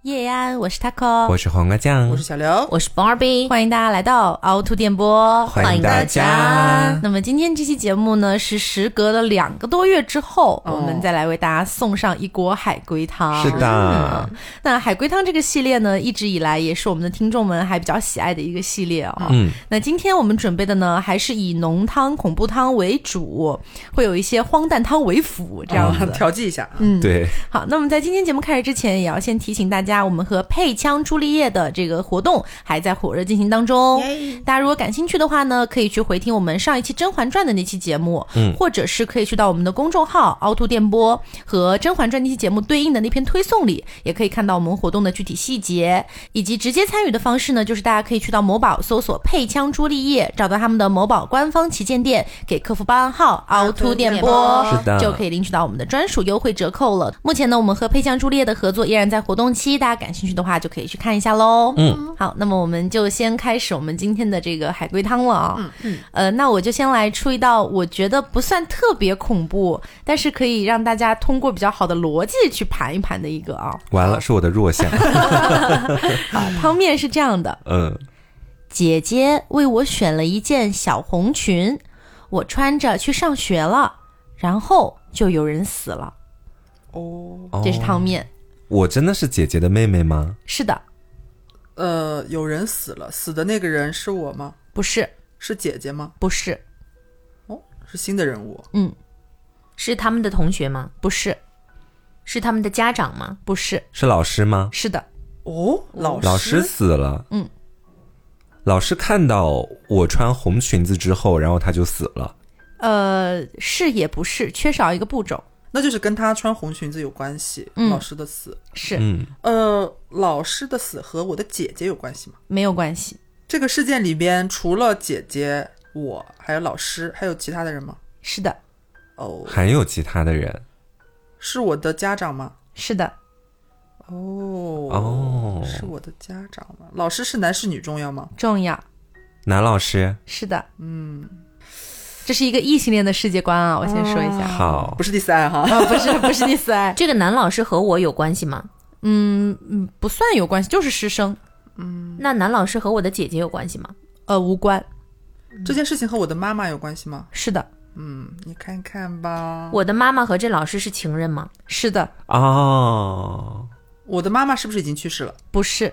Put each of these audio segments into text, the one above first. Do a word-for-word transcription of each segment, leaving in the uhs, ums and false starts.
叶安，我是 Taco， 我是黄瓜酱， 我是小刘， 我是 Barbie， 欢迎大家来到凹凸电波， 欢迎大家。 那么今天这期节目呢，是时隔了两个多月之后、哦、我们再来为大家送上一锅海龟汤。 是的、 嗯、那海龟汤这个系列呢，一直以来也是我们的听众们还比较喜爱的一个系列哦。嗯，那今天我们准备的呢，还是以浓汤、恐怖汤为主，会有一些荒诞汤为辅，这样子、哦、 调剂一下。 嗯， 对。 好，那么在今天节目开始之前，也要先提醒大家，我们和配枪朱丽叶的这个活动还在火热进行当中。大家如果感兴趣的话呢，可以去回听我们上一期《甄嬛传》的那期节目，嗯，或者是可以去到我们的公众号凹凸电波和《甄嬛传》那期节目对应的那篇推送里，也可以看到我们活动的具体细节，以及直接参与的方式呢，就是大家可以去到某宝搜索配枪朱丽叶，找到他们的某宝官方旗舰店，给客服报暗号凹凸电波， 是的， 就可以领取到我们的专属优惠折扣了。目前呢，我们和配枪朱丽叶的合作依然在活动期，大家感兴趣的话就可以去看一下咯。嗯，好，那么我们就先开始我们今天的这个海龟汤了啊、哦。嗯嗯，呃，那我就先来出一道我觉得不算特别恐怖，但是可以让大家通过比较好的逻辑去盘一盘的一个啊、哦。 完了，是我的弱项。 好，汤面是这样的。 嗯， 姐姐为我选了一件小红裙，我穿着去上学了，然后就有人死了。 哦， 这是汤面。 我真的是姐姐的妹妹吗？ 是的。 呃，有人死了，死的那个人是我吗？ 不是。 是姐姐吗？ 不是。 哦，是新的人物。 嗯。 是他们的同学吗？ 不是。 是他们的家长吗？ 不是。 是老师吗？ 是的。 哦，老师老师死了。 嗯。 老师看到我穿红裙子之后，然后他就死了。 呃，是也不是，缺少一个步骤。 那就是跟他穿红裙子有关系、嗯、老师的死是。 嗯， 呃，老师的死和我的姐姐有关系吗？ 没有关系。 这个事件里边除了姐姐我还有老师还有其他的人吗？ 是的。 哦， 还有其他的人。 是我的家长吗？ 是的。 哦哦， 是我的家长吗？老师是男是女重要吗？ 重要。 男老师。 是的。 嗯， 这是一个异性恋的世界观啊，我先说一下。 哦、好， 不是第四爱哈、 哦、不是不是第四爱。 这个男老师和我有关系吗？ 嗯嗯，不算有关系，就是师生。 嗯，那男老师和我的姐姐有关系吗？ 呃，无关。 这件事情和我的妈妈有关系吗？ 是的。 嗯，你看看吧。 我的妈妈和这老师是情人吗？ 是的。 哦， 我的妈妈是不是已经去世了？ 不是。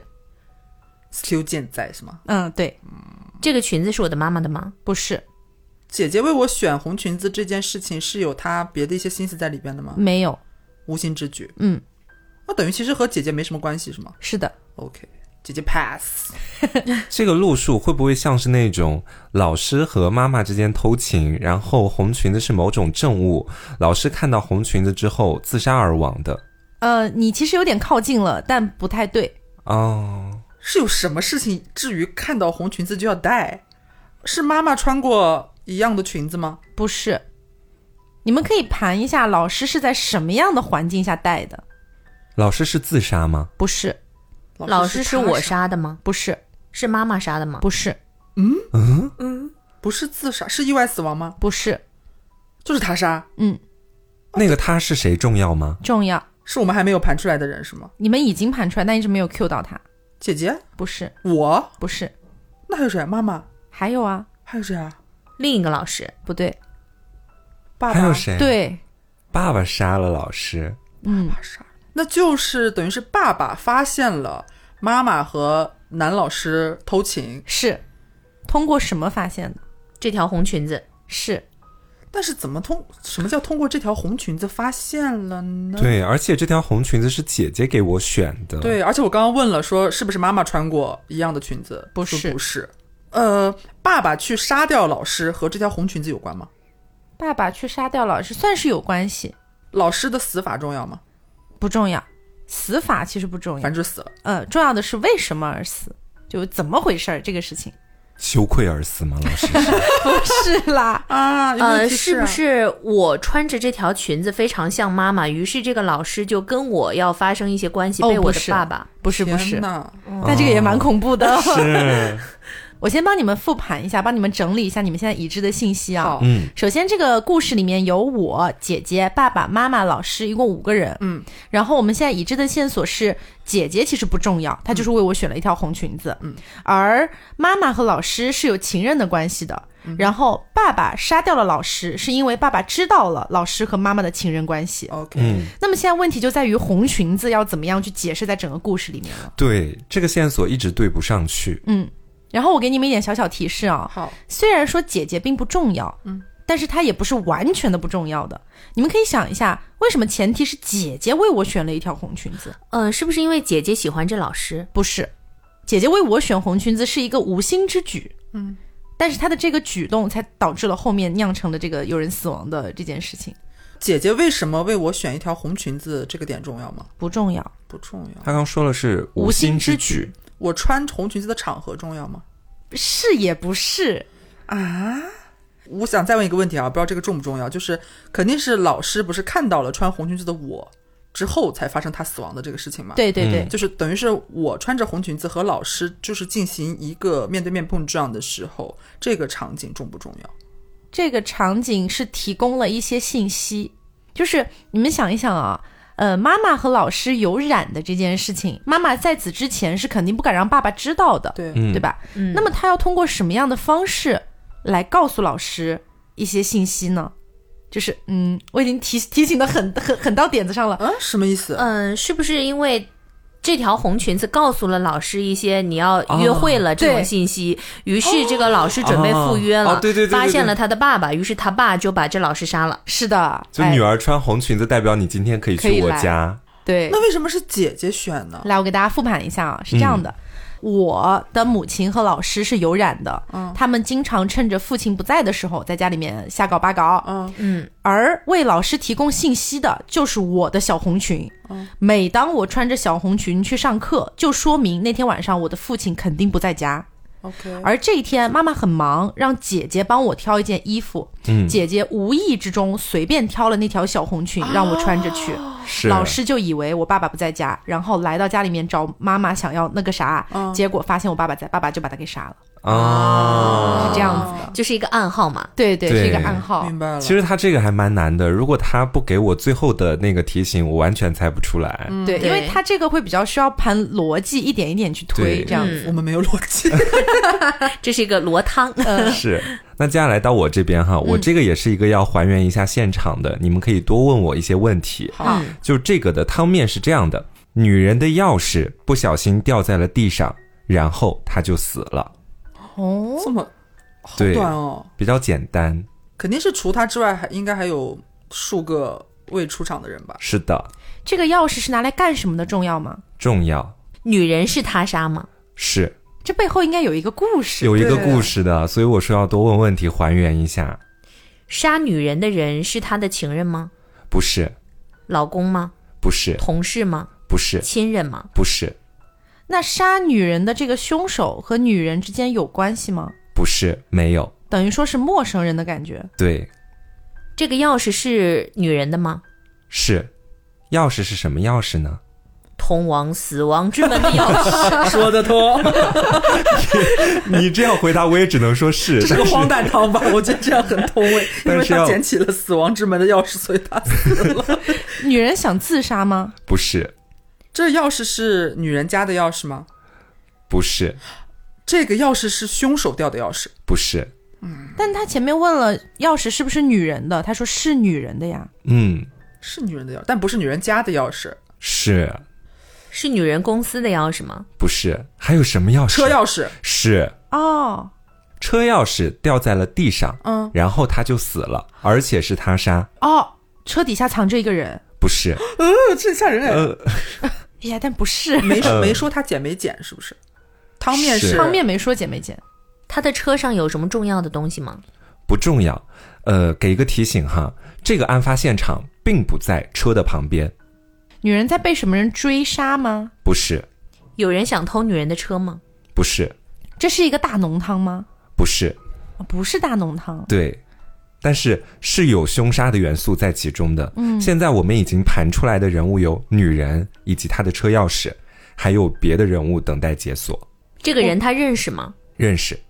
still 健在是吗？ 嗯，对。 这个裙子是我的妈妈的吗？ 不是。 姐姐为我选红裙子这件事情是有她别的一些心思在里边的吗？ 没有。 无心之举。 嗯， 那等于其实和姐姐没什么关系是吗？ 是的。 OK， 姐姐 pass。 这个路数会不会像是那种老师和妈妈之间偷情，然后红裙子是某种证物，老师看到红裙子之后自杀而亡的？ 呃，你其实有点靠近了，但不太对。 哦， 是有什么事情至于看到红裙子就要戴？是妈妈穿过一样的裙子吗？ 不是。你们可以盘一下老师是在什么样的环境下戴的。 老师是自杀吗？ 不是。 老师是我杀的吗？ 不是。 是妈妈杀的吗？ 不是。 嗯嗯嗯，不是自杀，是意外死亡吗？ 不是。 就是他杀。 嗯。 那个他是谁重要吗？ 重要。 是我们还没有盘出来的人是吗？ 你们已经盘出来，但一直没有 cue 到他。 姐姐？ 不是。 我？ 不是。 那还有谁？妈妈？ 还有啊。 还有谁啊？ 另一个老师？ 不对。 爸爸？ 还有谁？ 对， 爸爸杀了老师。 嗯， 爸爸杀了，那就是等于是爸爸发现了妈妈和男老师偷情。 是。通过什么发现的？ 这条红裙子。 是。 但是怎么通？什么叫通过这条红裙子发现了呢？ 对，而且这条红裙子是姐姐给我选的。 对，而且我刚刚问了，说是不是妈妈穿过一样的裙子？ 不是， 不是。呃，爸爸去杀掉老师和这条红裙子有关吗？ 爸爸去杀掉老师算是有关系。 老师的死法重要吗？不重要，死法其实不重要， 反正死了。 呃，重要的是为什么而死，就怎么回事这个事情。 羞愧而死吗？老师不是啦啊，有没有呃， 提示啊？ 是不是我穿着这条裙子非常像妈妈，于是这个老师就跟我要发生一些关系， 哦、 被我的爸爸？ 不是不是， 那那这个也蛮恐怖的。 是我先帮你们复盘一下，帮你们整理一下你们现在已知的信息啊。 嗯， 首先这个故事里面有我、姐姐、爸爸妈妈、老师，一共五个人。 嗯， 然后我们现在已知的线索是姐姐其实不重要，她就是为我选了一条红裙子。嗯，而妈妈和老师是有情人的关系的。嗯，然后爸爸杀掉了老师，是因为爸爸知道了老师和妈妈的情人关系。 OK， 嗯， 那么现在问题就在于红裙子要怎么样去解释在整个故事里面了。 对，这个线索一直对不上去。 嗯。然后我给你们一点小小提示啊， 好， 虽然说姐姐并不重要，嗯，但是她也不是完全的不重要的。你们可以想一下，为什么前提是姐姐为我选了一条红裙子？ 嗯、呃，是不是因为姐姐喜欢这老师？ 不是，姐姐为我选红裙子是一个无心之举，嗯，但是她的这个举动才导致了后面酿成的这个有人死亡的这件事情。 姐姐为什么为我选一条红裙子？这个点重要吗？ 不重要， 不重要。 他刚说了是无心之举。 我穿红裙子的场合重要吗？ 是也不是啊。我想再问一个问题啊，不知道这个重不重要，就是肯定是老师不是看到了穿红裙子的我之后才发生他死亡的这个事情吗？ 对对对、 嗯、 就是等于是我穿着红裙子和老师就是进行一个面对面碰撞的时候，这个场景重不重要？ 这个场景是提供了一些信息，就是你们想一想啊，呃，妈妈和老师有染的这件事情，妈妈在此之前是肯定不敢让爸爸知道的， 对、 对吧、嗯、那么她要通过什么样的方式来告诉老师一些信息呢？就是嗯，我已经提提醒的很很很到点子上了。 嗯，什么意思？ 嗯，是不是因为这条红裙子告诉了老师一些你要约会了这种信息、哦、于是这个老师准备赴约了、 哦哦、对对 对, 对, 对, 对， 发现了他的爸爸，于是他爸就把这老师杀了。 是的， 就女儿穿红裙子代表你今天可以去我家。 对， 那为什么是姐姐选呢？ 来，我给大家复盘一下啊，是这样的、嗯、我的母亲和老师是有染的、嗯、他们经常趁着父亲不在的时候在家里面瞎搞八搞。 嗯嗯，而为老师提供信息的就是我的小红裙。嗯，每当我穿着小红裙去上课，就说明那天晚上我的父亲肯定不在家。 OK， 而这一天妈妈很忙，让姐姐帮我挑一件衣服。嗯，姐姐无意之中随便挑了那条小红裙让我穿着去、哦、 是老师就以为我爸爸不在家，然后来到家里面找妈妈想要那个啥、嗯、结果发现我爸爸在，爸爸就把他给杀了。 哦， 是这样子的， 就是一个暗号嘛。 对对，是一个暗号。 明白了。 其实他这个还蛮难的，如果他不给我最后的那个提醒，我完全猜不出来。 嗯、对，因为他这个会比较需要盘逻辑，一点一点去推，这样子、 嗯、我们没有逻辑。 这是一个罗汤。 嗯， 是。那接下来到我这边哈，我这个也是一个要还原一下现场的、嗯、你们可以多问我一些问题。 好， 就这个的汤面是这样的，女人的钥匙不小心掉在了地上，然后她就死了。 哦，这么好短哦， 比较简单。 肯定是除他之外还应该还有数个未出场的人吧？ 是的。 这个钥匙是拿来干什么的？重要吗？ 重要。 女人是他杀吗？ 是。 这背后应该有一个故事， 有一个故事的，所以我说要多问问题还原一下。 杀女人的人是他的情人吗？ 不是。 老公吗？ 不是。 同事吗？ 不是。 亲人吗？ 不是。 那杀女人的这个凶手和女人之间有关系吗？ 不是，没有。 等于说是陌生人的感觉。 对。 这个钥匙是女人的吗？ 是。钥匙是什么钥匙呢？ 通往死亡之门的钥匙。 说得通。 你这样回答我也只能说是。 这是个荒诞汤吧？我觉得这样很通味，因为他捡起了死亡之门的钥匙，所以他死了。 女人想自杀吗？ 不是。 这钥匙是女人家的钥匙吗？ 不是。 这个钥匙是凶手掉的钥匙？ 不是。 嗯，但他前面问了钥匙是不是女人的，他说是女人的呀。 嗯， 是女人的钥匙，但不是女人家的钥匙。 是。 是女人公司的钥匙吗？ 不是。还有什么钥匙？ 车钥匙。 是。 哦， 车钥匙掉在了地上， 嗯， 然后他就死了，而且是他杀。 哦，车底下藏着一个人。 不是。 呃，这吓人哎。 呃， 哎呀，但不是。 没说没说他捡没捡，是不是？汤面是汤面没说捡没捡。 他的车上有什么重要的东西吗？ 不重要。呃，给一个提醒哈，这个案发现场并不在车的旁边。 女人在被什么人追杀吗？ 不是。 有人想偷女人的车吗？ 不是。 这是一个大浓汤吗？ 不是。 不是大浓汤。 对。但是是有凶杀的元素在其中的。嗯，现在我们已经盘出来的人物有女人以及她的车钥匙，还有别的人物等待解锁。 这个人他认识吗？ 认识。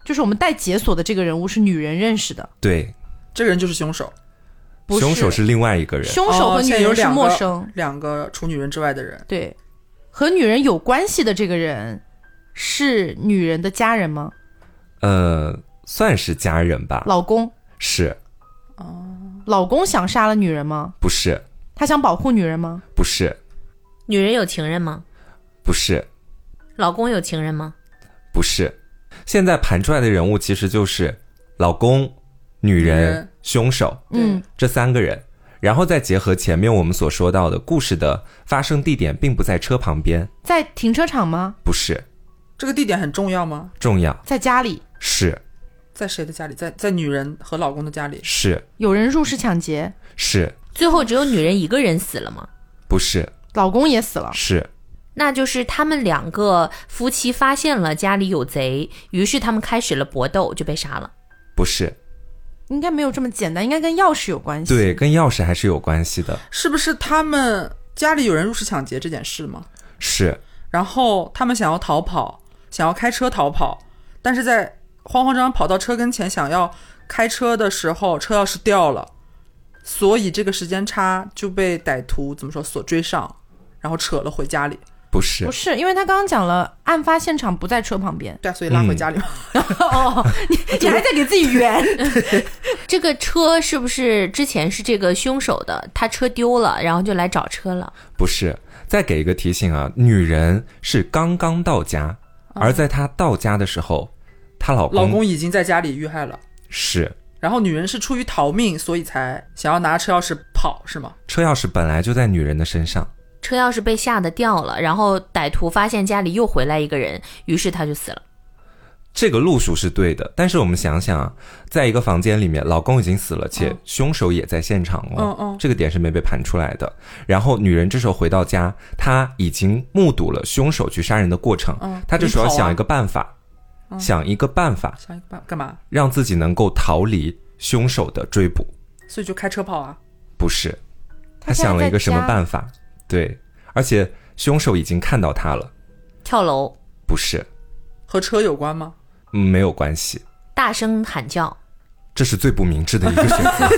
就是我们带解锁的这个人物是女人认识的。 对， 这个人就是凶手。 不是， 凶手是另外一个人。 凶手和女人是陌生， 哦、两个除女人之外的人。 对，和女人有关系的这个人是女人的家人吗？ 呃，算是家人吧。 老公是。 哦，老公想杀了女人吗？ 不是。 他想保护女人吗？ 不是。 女人有情人吗？ 不是。 老公有情人吗？ 不是。现在盘出来的人物其实就是老公、女人、 人凶手， 嗯， 这三个人，然后再结合前面我们所说到的故事的发生地点并不在车旁边。 在停车场吗？ 不是。 这个地点很重要吗？ 重要。 在家里？ 是。 在谁的家里？在在女人和老公的家里？ 是。 有人入室抢劫？ 是。 最后只有女人一个人死了吗？ 不是。 老公也死了？ 是。 那就是他们两个夫妻发现了家里有贼，于是他们开始了搏斗，就被杀了。 不是。 应该没有这么简单，应该跟钥匙有关系。 对，跟钥匙还是有关系的。 是不是他们家里有人入室抢劫这件事吗？ 是。 然后他们想要逃跑，想要开车逃跑，但是在慌慌张张跑到车跟前想要开车的时候，车钥匙掉了，所以这个时间差就被歹徒怎么说所追上，然后扯了回家里。 不是。 不是，因为他刚刚讲了案发现场不在车旁边。 对啊，所以拉回家里嘛。 嗯、哦，你你还在给自己圆。 这个车是不是之前是这个凶手的？他车丢了，然后就来找车了。 不是。再给一个提醒啊，女人是刚刚到家，而在她到家的时候，她老公老公已经在家里遇害了。 是。 然后女人是出于逃命，所以才想要拿车钥匙跑，是吗？ 车钥匙本来就在女人的身上。 车钥匙被吓得掉了，然后歹徒发现家里又回来一个人，于是他就死了。 这个路数是对的，但是我们想想啊，在一个房间里面，老公已经死了，且凶手也在现场哦， 嗯嗯， 这个点是没被盘出来的。然后女人这时候回到家，她已经目睹了凶手去杀人的过程， 嗯， 她这时候要想一个办法， 嗯、 想一个办法， 想一个办法干嘛？ 让自己能够逃离凶手的追捕。 所以就开车跑啊？ 不是，她想了一个什么办法？对，而且凶手已经看到她了。 跳楼？ 不是。 和车有关吗？ 嗯，没有关系。 大声喊叫？ 这是最不明智的一个选择。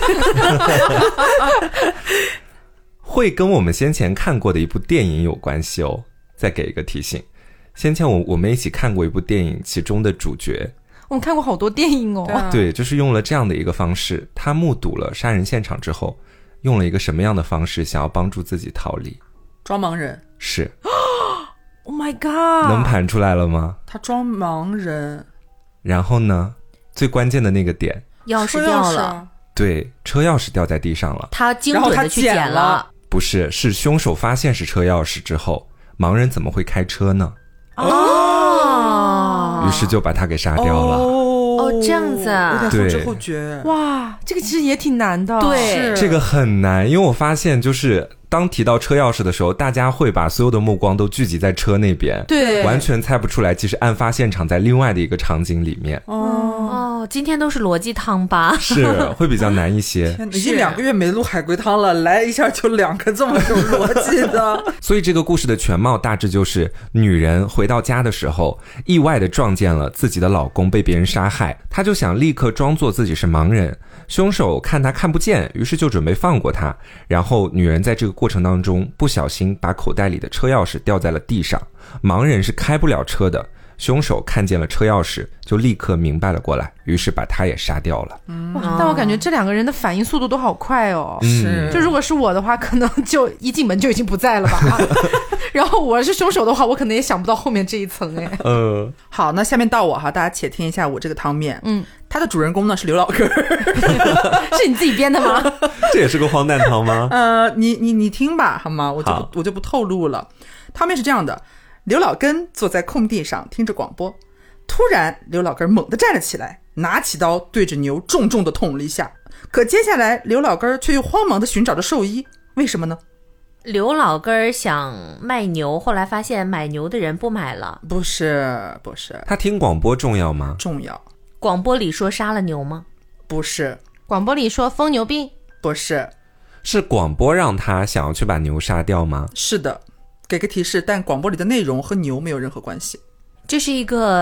会跟我们先前看过的一部电影有关系哦。再给一个提醒，先前我我们一起看过一部电影，其中的主角， 我们看过好多电影哦。 对啊， 对，就是用了这样的一个方式，他目睹了杀人现场之后，用了一个什么样的方式想要帮助自己逃离？ 装盲人。 是。 Oh my god！ 能盘出来了吗？ 他装盲人。 然后呢？最关键的那个点， 钥匙掉了。 对，车钥匙掉在地上了。 他精准的去捡了。 不是，是凶手发现是车钥匙之后，盲人怎么会开车呢？ 哦， 于是就把他给杀掉了。 哦， 这样子啊， 有点后知后觉。 哇，这个其实也挺难的。 对， 这个很难，因为我发现就是当提到车钥匙的时候，大家会把所有的目光都聚集在车那边， 对， 完全猜不出来其实案发现场在另外的一个场景里面。 哦，今天都是逻辑汤吧？ 是，会比较难一些。 已经两个月没录海龟汤了，来一下就两个这么有逻辑的。 所以这个故事的全貌大致就是，女人回到家的时候，意外的撞见了自己的老公被别人杀害，她就想立刻装作自己是盲人。凶手看她看不见，于是就准备放过她。然后女人在这个过程当中不小心把口袋里的车钥匙掉在了地上。盲人是开不了车的，凶手看见了车钥匙就立刻明白了过来，于是把他也杀掉了。 哇，但我感觉这两个人的反应速度都好快哦。 是， 就如果是我的话，可能就一进门就已经不在了吧。然后我是凶手的话，我可能也想不到后面这一层哎。 呃， 好，那下面到我哈，大家且听一下我这个汤面。 嗯， 它的主人公呢是刘老根儿。 是你自己编的吗？ 这也是个荒诞汤吗？ 呃，你你你听吧，好吗？我就不我就不透露了。汤面是这样的：刘老根坐在空地上听着广播，突然刘老根猛地站了起来，拿起刀对着牛重重地捅了一下。可接下来刘老根却又慌忙地寻找着兽医，为什么呢？ 刘老根想卖牛，后来发现买牛的人不买了。 不是，不是。 他听广播重要吗？ 重要。 广播里说杀了牛吗？ 不是。 广播里说疯牛病？ 不是。 是广播让他想要去把牛杀掉吗？ 是的。给个提示，但广播里的内容和牛没有任何关系。 这是一个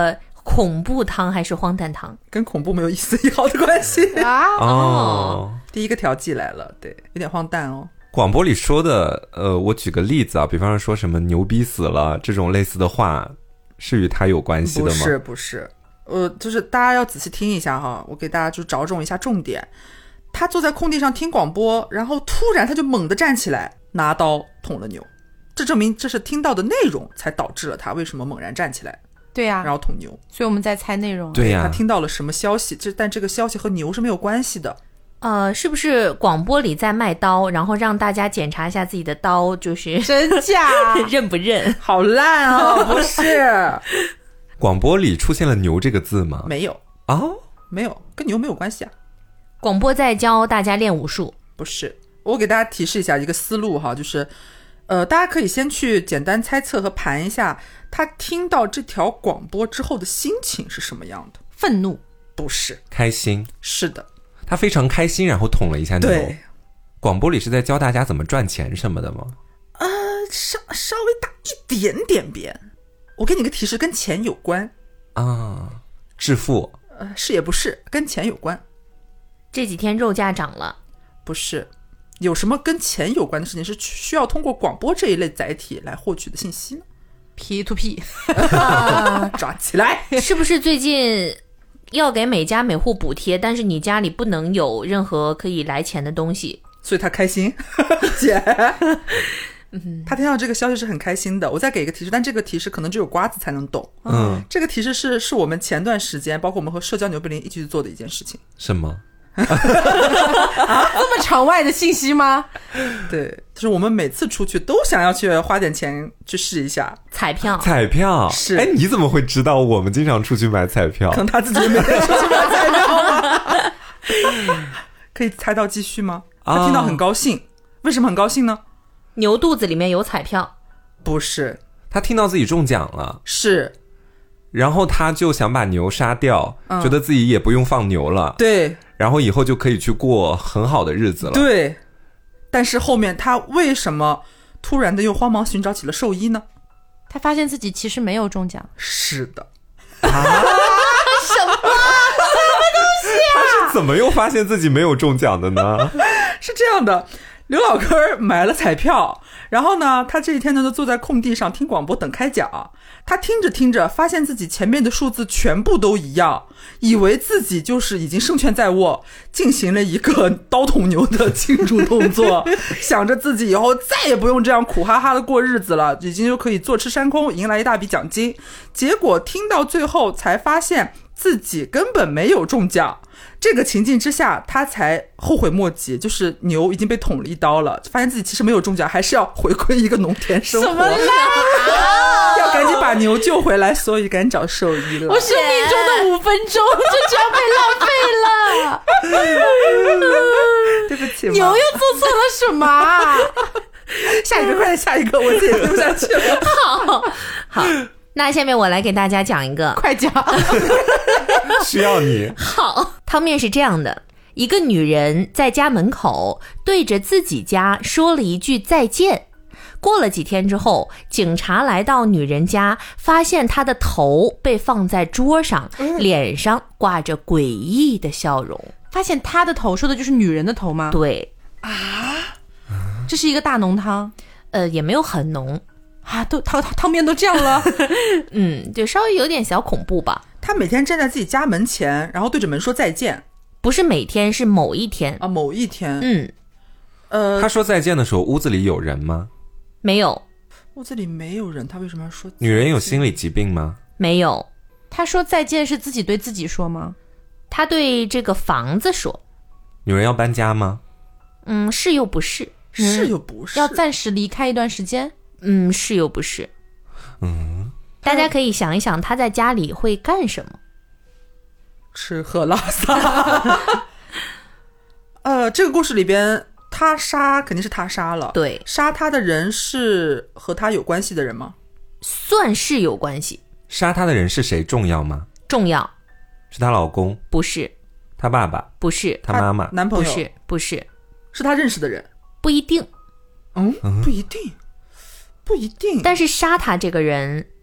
恐怖汤还是荒诞汤？ 跟恐怖没有一丝一毫的关系啊。 哦， 第一个调剂来了，对，有点荒诞哦。 广播里说的，呃，我举个例子啊，比方说什么牛逼死了这种类似的话，是与他有关系的吗？ 不是不是，呃，就是大家要仔细听一下哈，我给大家就着重一下重点。他坐在空地上听广播，然后突然他就猛地站起来，拿刀捅了牛。这证明这是听到的内容才导致了他为什么猛然站起来， 对呀、啊， 然后捅牛。 所以我们在猜内容。 对呀、啊， 他听到了什么消息？这但这个消息和牛是没有关系的。 呃，是不是广播里在卖刀，然后让大家检查一下自己的刀，就是真假认不认？ 好烂哦，不是。 广播里出现了牛这个字吗？ 没有哦， 没有，跟牛没有关系啊。 广播在教大家练武术？ 不是，我给大家提示一下一个思路哈，就是呃，大家可以先去简单猜测和盘一下他听到这条广播之后的心情是什么样的。 愤怒？ 不是。 开心？ 是的。 他非常开心，然后捅了一下牛。 对。 广播里是在教大家怎么赚钱什么的吗？ 呃，稍稍微大一点点边。我给你个提示，跟钱有关啊。致富？ 呃，是也不是，跟钱有关。 这几天肉价涨了？ 不是。有什么跟钱有关的事情是需要通过广播这一类载体来获取的信息呢？ P to P 抓起来。 是不是最近要给每家每户补贴，但是你家里不能有任何可以来钱的东西， 所以他开心姐他听到这个消息是很开心的。我再给一个提示，但这个提示可能只有瓜子才能懂。 嗯， 这个提示是是我们前段时间包括我们和社交牛逼林一起去做的一件事情。 什么？ 啊，这么场外的信息吗？ 对，就是我们每次出去都想要去花点钱去试一下彩票。 彩票是。 哎，你怎么会知道我们经常出去买彩票？ 可能他自己没天出去买彩票吗？可以猜到继续吗？他听到很高兴、啊、为什么很高兴呢？ 牛肚子里面有彩票？ 不是。 他听到自己中奖了？ 是。 然后他就想把牛杀掉、嗯、觉得自己也不用放牛了。 对， 然后以后就可以去过很好的日子了。 对，但是后面他为什么突然的又慌忙寻找起了兽医呢？ 他发现自己其实没有中奖。 是的。 啊什么东西啊？ 他是怎么又发现自己没有中奖的呢？ 是这样的，刘老根买了彩票，然后呢他这一天呢就坐在空地上听广播等开奖。他听着听着发现自己前面的数字全部都一样，以为自己就是已经胜券在握，进行了一个刀捅牛的庆祝动作想着自己以后再也不用这样苦哈哈的过日子了，已经就可以坐吃山空，迎来一大笔奖金。结果听到最后才发现自己根本没有中奖。这个情境之下他才后悔莫及，就是牛已经被捅了一刀了，发现自己其实没有中奖，还是要回归一个农田生活。 什么啦？ 要赶紧把牛救回来，所以赶紧找兽医了。 我生命中的五分钟就这样被浪费了。 对不起， 牛又做错了什么、啊？ 下一个，快点下一个，我自己听不下去了。 好，好。那下面我来给大家讲一个， 快讲， 需要你。 好，汤面是这样的：一个女人在家门口对着自己家说了一句再见。过了几天之后，警察来到女人家，发现她的头被放在桌上，嗯、脸上挂着诡异的笑容。 发现她的头，说的就是女人的头吗？ 对啊，这是一个大浓汤， 呃，也没有很浓。 啊，都汤汤面都这样了， 嗯，就稍微有点小恐怖吧。 他每天站在自己家门前，然后对着门说再见。 不是每天，是某一天啊，某一天。 嗯， 呃， 他说再见的时候，屋子里有人吗？ 没有。 屋子里没有人，他为什么要说再见？ 女人有心理疾病吗？ 没有。 他说再见是自己对自己说吗？ 他对这个房子说。 女人要搬家吗？ 嗯，是又不是， 是又不是， 要暂时离开一段时间。 嗯，是又不是。 嗯， 大家可以想一想他在家里会干什么。 吃喝拉撒呃，这个故事里边他杀肯定是他杀了， 对， 杀他的人是和他有关系的人吗？ 算是有关系。 杀他的人是谁重要吗？ 重要。 是她老公？ 不是。 她爸爸？ 不是。 她妈妈？ 男朋友？ 不是，不是。 是他认识的人？ 不一定。 嗯，不一定，不一定。 但是杀他这个人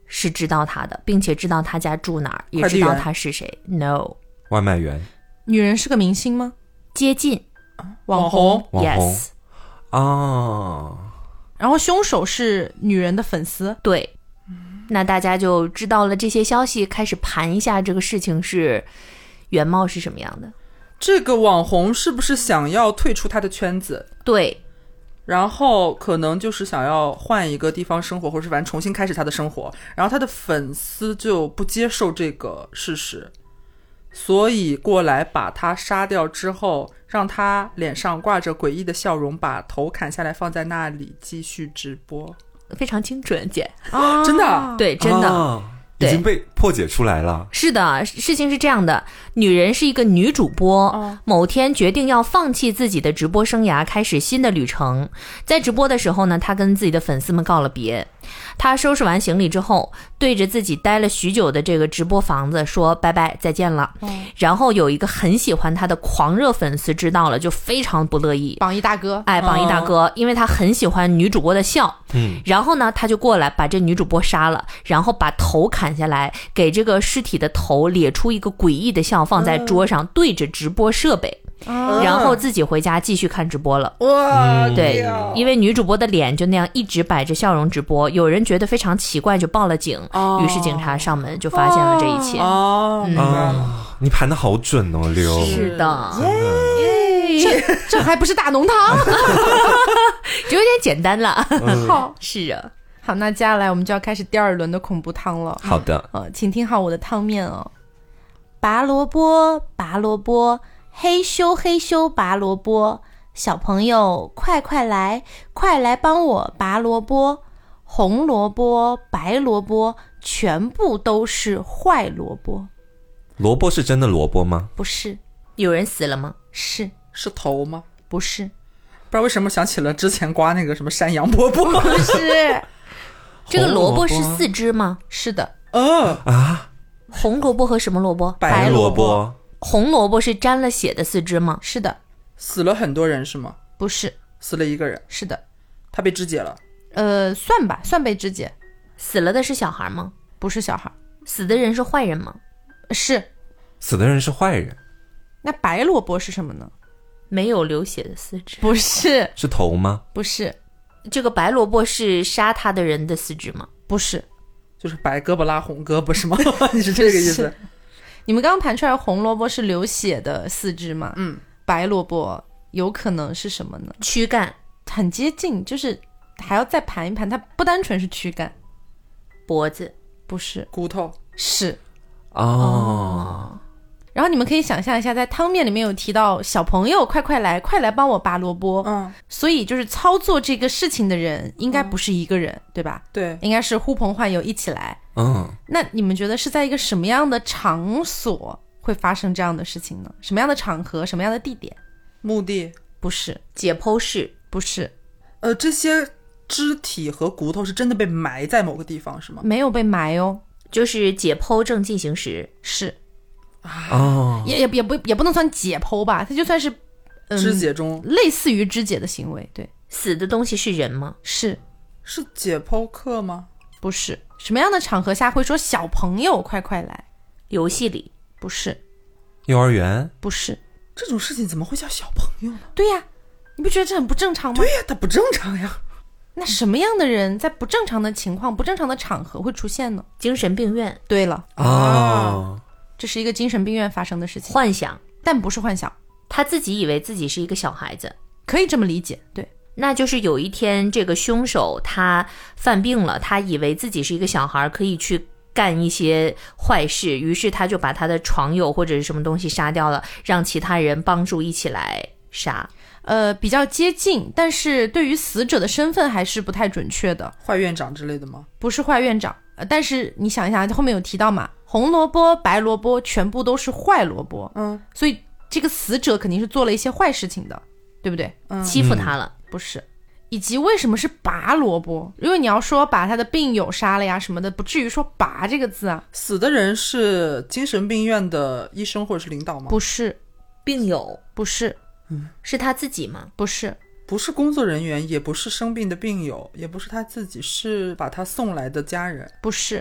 是知道他的，并且知道他家住哪儿，也知道他是谁。No， 外卖员。 女人是个明星吗？ 接近。 网红。 网红 Yes。 哦。 然后凶手是女人的粉丝。 对。那大家就知道了这些消息，开始盘一下这个事情是原貌是什么样的。 这个网红是不是想要退出他的圈子？ 对。 然后可能就是想要换一个地方生活，或者是反正重新开始他的生活，然后他的粉丝就不接受这个事实，所以过来把他杀掉之后，让他脸上挂着诡异的笑容，把头砍下来放在那里继续直播。 非常精准，姐。 啊， 真的？ 对，真的。 哦，已经被破解出来了。 是的，事情是这样的，女人是一个女主播， 哦， 某天决定要放弃自己的直播生涯，开始新的旅程。在直播的时候呢，她跟自己的粉丝们告了别。她收拾完行李之后，对着自己待了许久的这个直播房子说拜拜，再见了。 哦， 然后有一个很喜欢她的狂热粉丝知道了，就非常不乐意。 榜一大哥， 哎，榜一大哥， 哦， 因为他很喜欢女主播的笑， 嗯， 然后呢，他就过来把这女主播杀了，然后把头砍下来，给这个尸体的头咧出一个诡异的笑，放在桌上，对着直播设备， 哦， 然后自己回家继续看直播了。 哇， 对，因为女主播的脸就那样一直摆着笑容直播，有人觉得非常奇怪，就报了警， 哦， 于是警察上门就发现了这一切。 哦，明白了。 啊，你盘得好准哦，刘。 是的， 这这还不是大浓汤？ 就有点简单了。 嗯好， 是啊， 好，那接下来我们就要开始第二轮的恐怖汤了。 好的。 呃，请听好我的汤面哦。拔萝卜，拔萝卜，嘿咻嘿咻拔萝卜，小朋友快快来，快来帮我拔萝卜，红萝卜、白萝卜，全部都是坏萝卜。 萝卜是真的萝卜吗？ 不是， 有人死了吗？ 是是头吗？ 不是？ 不知道为什么想起了之前刮那个什么山羊饽饽。 不是， 这个萝卜是四只吗？ 是的， 呃啊， 红萝卜和什么萝卜？ 白萝萝卜。 红萝卜是沾了血的四只吗？ 是的， 死了很多人是吗？ 不是， 死了一个人， 是的， 他被肢解了。 呃，算吧，算被肢解， 死了的是小孩吗？ 不是小孩， 死的人是坏人吗？ 是。 死的人是坏人。 那白萝卜是什么呢？ 没有流血的四肢。 不是， 是头吗？ 不是， 这个白萝卜是杀他的人的四肢吗？ 不是。 就是白胳膊拉红胳膊是吗？你是这个意思？ 你们刚刚盘出来红萝卜是流血的四肢吗？ 嗯， 白萝卜有可能是什么呢？ 躯干、 很接近，就是还要再盘一盘，它不单纯是躯干。 脖子。 不是， 骨头。 是。 哦。 然后你们可以想象一下，在汤面里面有提到小朋友快快来，快来帮我拔萝卜。 嗯， 所以就是操作这个事情的人应该不是一个人，嗯，对吧？ 对， 应该是呼朋唤友一起来。 嗯， 那你们觉得是在一个什么样的场所会发生这样的事情呢？什么样的场合，什么样的地点？ 目的不是， 解剖室。 不是， 呃，这些肢体和骨头是真的被埋在某个地方是吗？ 没有被埋哦， 就是解剖正进行时。 是。 哦， 也也也不也不能算解剖吧，它就算是、嗯、 肢解中类似于肢解的行为。对， 死的东西是人吗？ 是。 是解剖课吗？ 不是。什么样的场合下会说小朋友快快来？ 游戏里。 不是。 幼儿园。 不是。 这种事情怎么会叫小朋友呢？ 对呀，你不觉得这很不正常吗？ 对呀，它不正常呀。 那什么样的人在不正常的情况、不正常的场合会出现呢？ 精神病院。 对了， 哦， 这是一个精神病院发生的事情。 幻想。 但不是幻想， 他自己以为自己是一个小孩子， 可以这么理解。对， 那就是有一天这个凶手他犯病了，他以为自己是一个小孩，可以去干一些坏事，于是他就把他的床友或者是什么东西杀掉了，让其他人帮助一起来杀。 呃，比较接近，但是对于死者的身份还是不太准确的。 坏院长之类的吗？ 不是坏院长，呃，但是你想一下，后面有提到嘛，红萝卜、白萝卜全部都是坏萝卜， 嗯， 所以这个死者肯定是做了一些坏事情的，对不对？ 嗯， 欺负他了。 不是。以及为什么是拔萝卜？因为你要说把他的病友杀了呀什么的，不至于说拔这个字啊。 死的人是精神病院的医生或者是领导吗？ 不是。 病友。 不是。 嗯， 是他自己吗？ 不是。 不是工作人员，也不是生病的病友，也不是他自己，是把他送来的家人。 不是。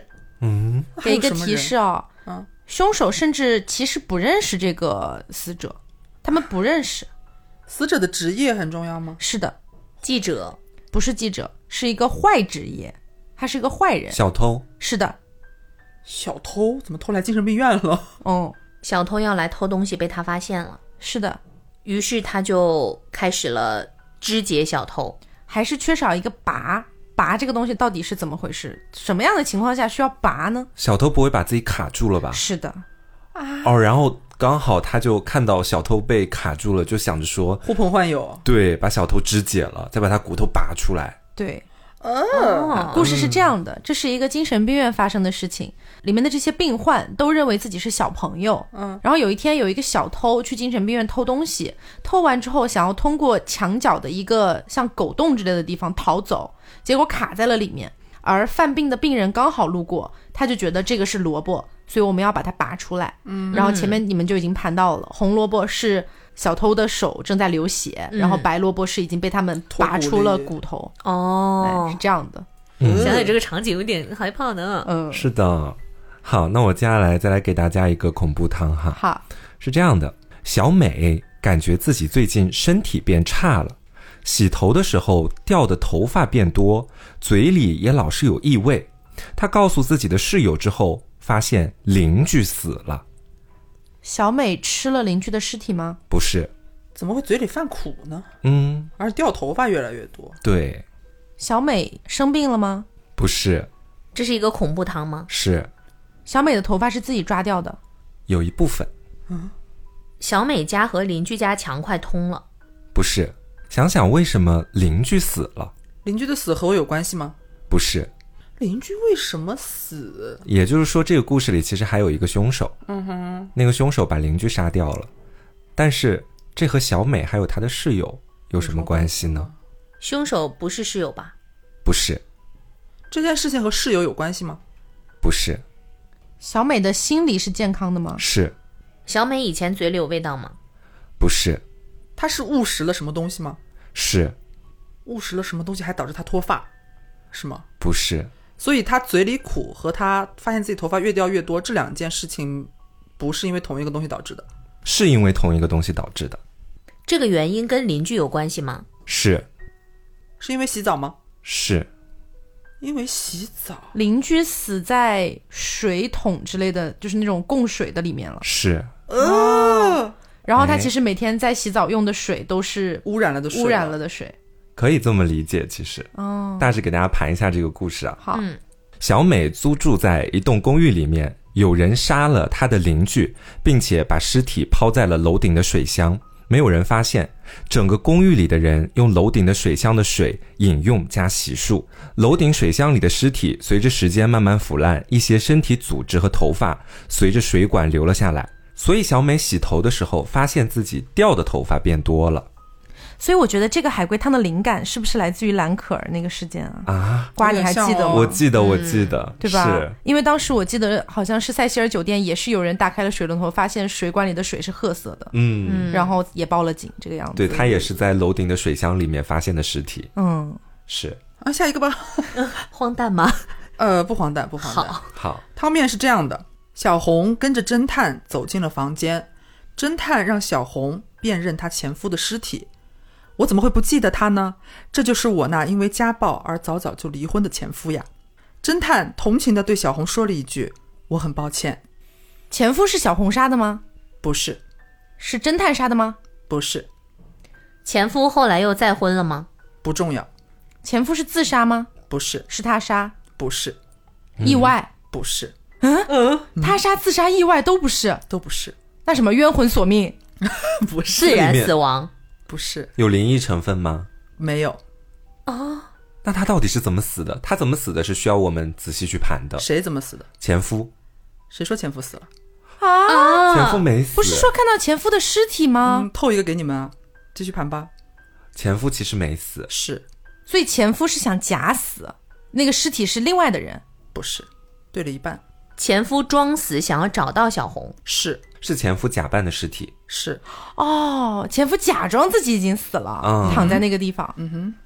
嗯， 给一个提示哦， 嗯， 凶手甚至其实不认识这个死者，他们不认识。 死者的职业很重要吗？ 是的， 记者不是记者，是一个坏职业，他是一个坏人。 小偷。 是的。 小偷怎么偷来精神病院了？ 哦， 小偷要来偷东西被他发现了， 是的。 于是他就开始了肢解小偷。 还是缺少一个拔，拔这个东西到底是怎么回事？什么样的情况下需要拔呢？ 小偷不会把自己卡住了吧？ 是的。 哦，然后刚好他就看到小偷被卡住了，就想着说呼朋唤友， 对，把小偷肢解了，再把他骨头拔出来。 对。 哦， 故事是这样的，这是一个精神病院发生的事情，里面的这些病患都认为自己是小朋友。嗯，然后有一天有一个小偷去精神病院偷东西，偷完之后想要通过墙角的一个像狗洞之类的地方逃走，结果卡在了里面。而犯病的病人刚好路过，他就觉得这个是萝卜，所以我们要把它拔出来。嗯，然后前面你们就已经盘到了，红萝卜是小偷的手正在流血，嗯、然后白萝卜是已经被他们拔出了骨头。 哦， 是这样的。 嗯、想想这个场景有点害怕呢。 嗯， 是的。好，那我接下来再来给大家一个恐怖汤哈。 好， 是这样的，小美感觉自己最近身体变差了，洗头的时候掉的头发变多，嘴里也老是有异味。她告诉自己的室友之后，发现邻居死了。 小美吃了邻居的尸体吗？ 不是。 怎么会嘴里犯苦呢？ 嗯， 而掉头发越来越多。 对。 小美生病了吗？ 不是。 这是一个恐怖汤吗？ 是。 小美的头发是自己抓掉的？ 有一部分。 嗯， 小美家和邻居家墙快通了？ 不是。想想为什么邻居死了？ 邻居的死和我有关系吗？ 不是。 邻居为什么死？ 也就是说这个故事里其实还有一个凶手。 嗯哼， 那个凶手把邻居杀掉了，但是这和小美还有她的室友有什么关系呢？ 凶手不是室友吧？ 不是。 这件事情和室友有关系吗？ 不是。 小美的心理是健康的吗？ 是。 小美以前嘴里有味道吗？ 不是。 她是误食了什么东西吗？ 是。 误食了什么东西还导致她脱发是吗？ 不是。 所以她嘴里苦和她发现自己头发越掉越多，这两件事情不是因为同一个东西导致的？ 是因为同一个东西导致的。 这个原因跟邻居有关系吗？ 是。 是因为洗澡吗？ 是。 因为洗澡。 邻居死在水桶之类的，就是那种供水的里面了。 是。 呃， 然后他其实每天在洗澡用的水都是污染了的水， 污染了的水。 可以这么理解，其实。哦。大致给大家盘一下这个故事啊。 好。 嗯。 小美租住在一栋公寓里面，有人杀了她的邻居，并且把尸体抛在了楼顶的水箱，没有人发现。整个公寓里的人用楼顶的水箱的水饮用加洗漱，楼顶水箱里的尸体随着时间慢慢腐烂，一些身体组织和头发随着水管流了下来，所以小美洗头的时候发现自己掉的头发变多了。 所以我觉得这个海龟汤的灵感是不是来自于蓝可儿那个事件啊？ 啊， 瓜你还记得吗？ 我记得，我记得， 嗯、对吧？ 是因为当时我记得好像是塞西尔酒店也是有人打开了水龙头，发现水管里的水是褐色的， 嗯， 然后也报了警，这个样子。 对，他也是在楼顶的水箱里面发现的尸体。 嗯， 是啊，下一个吧。 荒诞吗？ 呃，不荒诞，不荒诞。 好， 好。 汤面是这样的：小红跟着侦探走进了房间，侦探让小红辨认她前夫的尸体。我怎么会不记得他呢？这就是我那因为家暴而早早就离婚的前夫呀。侦探同情地对小红说了一句：我很抱歉。 前夫是小红杀的吗？ 不是。 是侦探杀的吗？ 不是。 前夫后来又再婚了吗？ 不重要。 前夫是自杀吗？ 不是。 是他杀？ 不是。 意外？ 不是。 嗯嗯，他杀、自杀、意外都不是？ 都不是。 那什么冤魂索命？ 不是。 自然死亡？ 不是。 有灵异成分吗？ 没有。 哦， 那他到底是怎么死的？他怎么死的是需要我们仔细去盘的。 谁怎么死的？ 前夫。 谁说前夫死了？ 啊， 前夫没死。 不是说看到前夫的尸体吗？ 嗯，透一个给你们啊，继续盘吧。 前夫其实没死。 是。 所以前夫是想假死，那个尸体是另外的人。 不是。对了一半。 前夫装死想要找到小红。 是。 是前夫假扮的尸体。 是。 哦，前夫假装自己已经死了，嗯、躺在那个地方。 嗯哼。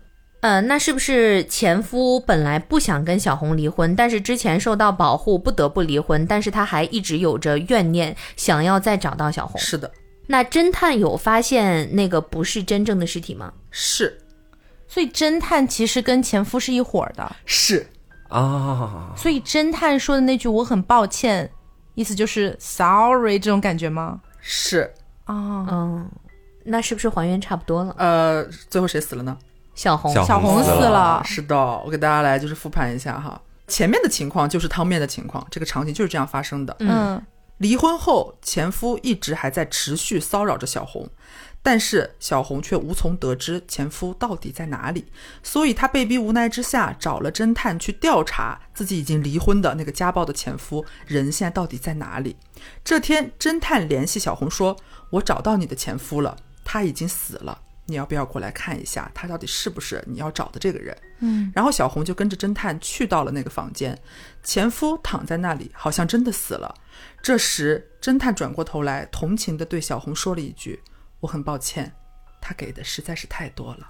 呃，那是不是前夫本来不想跟小红离婚，但是之前受到保护不得不离婚，但是他还一直有着怨念，想要再找到小红？ 是的。 那侦探有发现那个不是真正的尸体吗？ 是。 所以侦探其实跟前夫是一伙的。 是啊。 所以侦探说的那句我很抱歉，意思就是 sorry 这种感觉吗？ 是。 哦， 嗯，那是不是还原差不多了？ 呃，最后谁死了呢？ 小红。 小红死了。 是的，我给大家来就是复盘一下哈。前面的情况就是汤面的情况，这个场景就是这样发生的。 嗯， 离婚后，前夫一直还在持续骚扰着小红，但是小红却无从得知前夫到底在哪里，所以她被逼无奈之下找了侦探去调查自己已经离婚的那个家暴的前夫人现在到底在哪里。这天侦探联系小红说，我找到你的前夫了，他已经死了，你要不要过来看一下他到底是不是你要找的这个人。 嗯， 然后小红就跟着侦探去到了那个房间，前夫躺在那里好像真的死了。这时侦探转过头来同情地对小红说了一句，我很抱歉，他给的实在是太多了。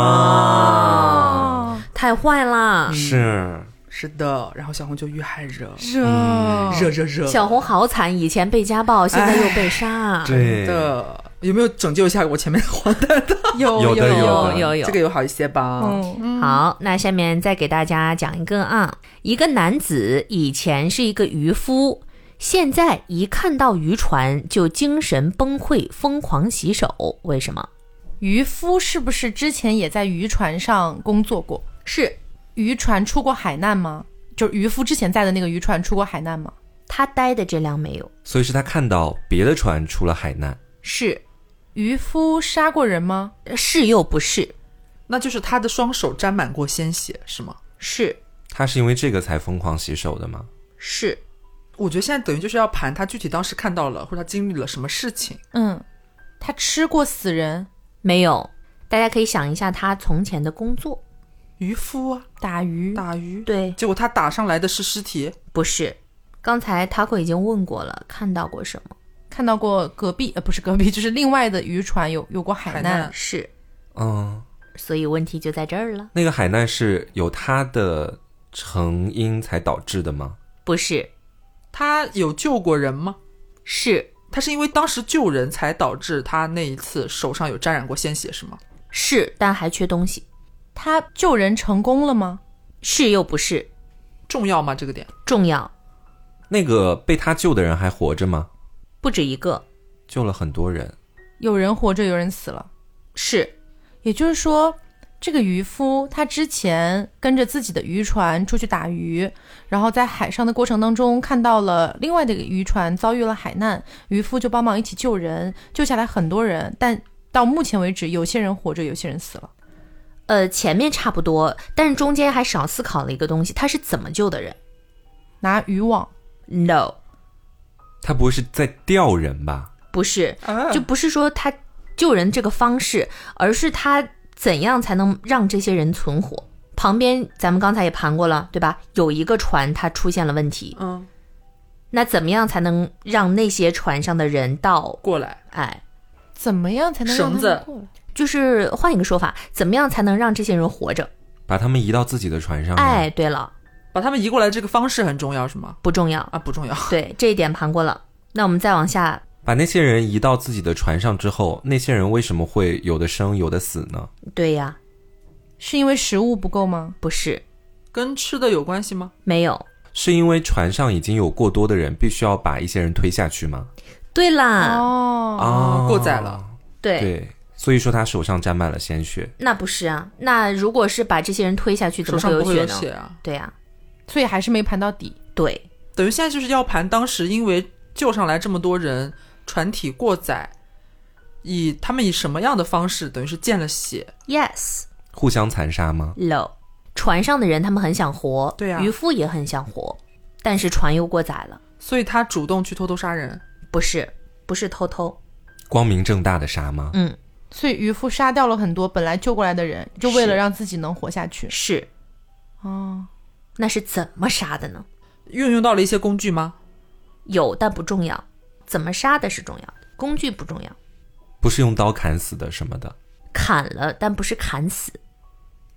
啊， 太坏了。 是是的，然后小红就遇害者， 热、 嗯、热热热。 小红好惨，以前被家暴，现在又被杀。 对的，有没有拯救一下我前面的黄蛋的？ 有有的有有有有， 这个有好一些吧。 嗯， 好，那下面再给大家讲一个啊，一个男子以前是一个渔夫，现在一看到渔船就精神崩溃，疯狂洗手，为什么？ 渔夫是不是之前也在渔船上工作过？ 是。 渔船出过海难吗？就是渔夫之前在的那个渔船出过海难吗？ 他待的这辆没有。 所以是他看到别的船出了海难。 是。 渔夫杀过人吗？ 是又不是。 那就是他的双手沾满过鲜血是吗？ 是。 他是因为这个才疯狂洗手的吗？ 是。 我觉得现在等于就是要盘他具体当时看到了或者他经历了什么事情。 嗯，他吃过死人没有？大家可以想一下他从前的工作。 渔夫啊， 打鱼。 打鱼。 对。 结果他打上来的是尸体？ 不是。刚才 Taco 已经问过了，看到过什么？ 看到过隔壁呃不是隔壁，就是另外的渔船有有过海难。 海难是。 嗯， 所以问题就在这儿了。 那个海难是有他的成因才导致的吗？ 不是。 他有救过人吗？ 是。 他是因为当时救人才导致他那一次手上有沾染过鲜血是吗？ 是，但还缺东西。 他救人成功了吗？ 是又不是。 重要吗这个点？ 重要。 那个被他救的人还活着吗？ 不止一个。 救了很多人。 有人活着有人死了。 是。 也就是说这个渔夫他之前跟着自己的渔船出去打鱼，然后在海上的过程当中看到了另外的一个渔船遭遇了海难，渔夫就帮忙一起救人，救下来很多人，但到目前为止有些人活着有些人死了。 呃，前面差不多，但是中间还少思考了一个东西，他是怎么救的人？ 拿渔网。 No。 他不会是在钓人吧？ 不是、 啊、 就不是说他救人这个方式，而是他怎样才能让这些人存活。旁边咱们刚才也盘过了对吧，有一个船它出现了问题， 嗯， 那怎么样才能让那些船上的人到过来？ 哎， 怎么样才能让他们过来？ 就是换一个说法，怎么样才能让这些人活着？ 把他们移到自己的船上。 哎，对了， 把他们移过来这个方式很重要是吗？ 不重要啊，不重要。 对，这一点盘过了。那我们再往下， 把那些人移到自己的船上之后，那些人为什么会有的生有的死呢？ 对呀， 是因为食物不够吗？ 不是。 跟吃的有关系吗？ 没有。 是因为船上已经有过多的人，必须要把一些人推下去吗？ 对啦。 哦啊，过载了。 对对，所以说他手上沾满了鲜血。 那不是啊，那如果是把这些人推下去，怎么会有血呢？ 手上不会有血啊。 对啊， 所以还是没盘到底。 对， 等于现在就是要盘当时因为救上来这么多人，船体过载，以他们以什么样的方式等于是见了血。 Yes。 互相残杀吗？ No。 船上的人他们很想活， 对啊， 渔夫也很想活，但是船又过载了， 所以他主动去偷偷杀人。 不是，不是偷偷， 光明正大的杀吗？ 嗯， 所以渔夫杀掉了很多本来救过来的人，就为了让自己能活下去。 是。 哦， 那是怎么杀的呢？ 运用到了一些工具吗？ 有，但不重要。怎么杀的是重要的，工具不重要。 不是用刀砍死的什么的？ 砍了，但不是砍死。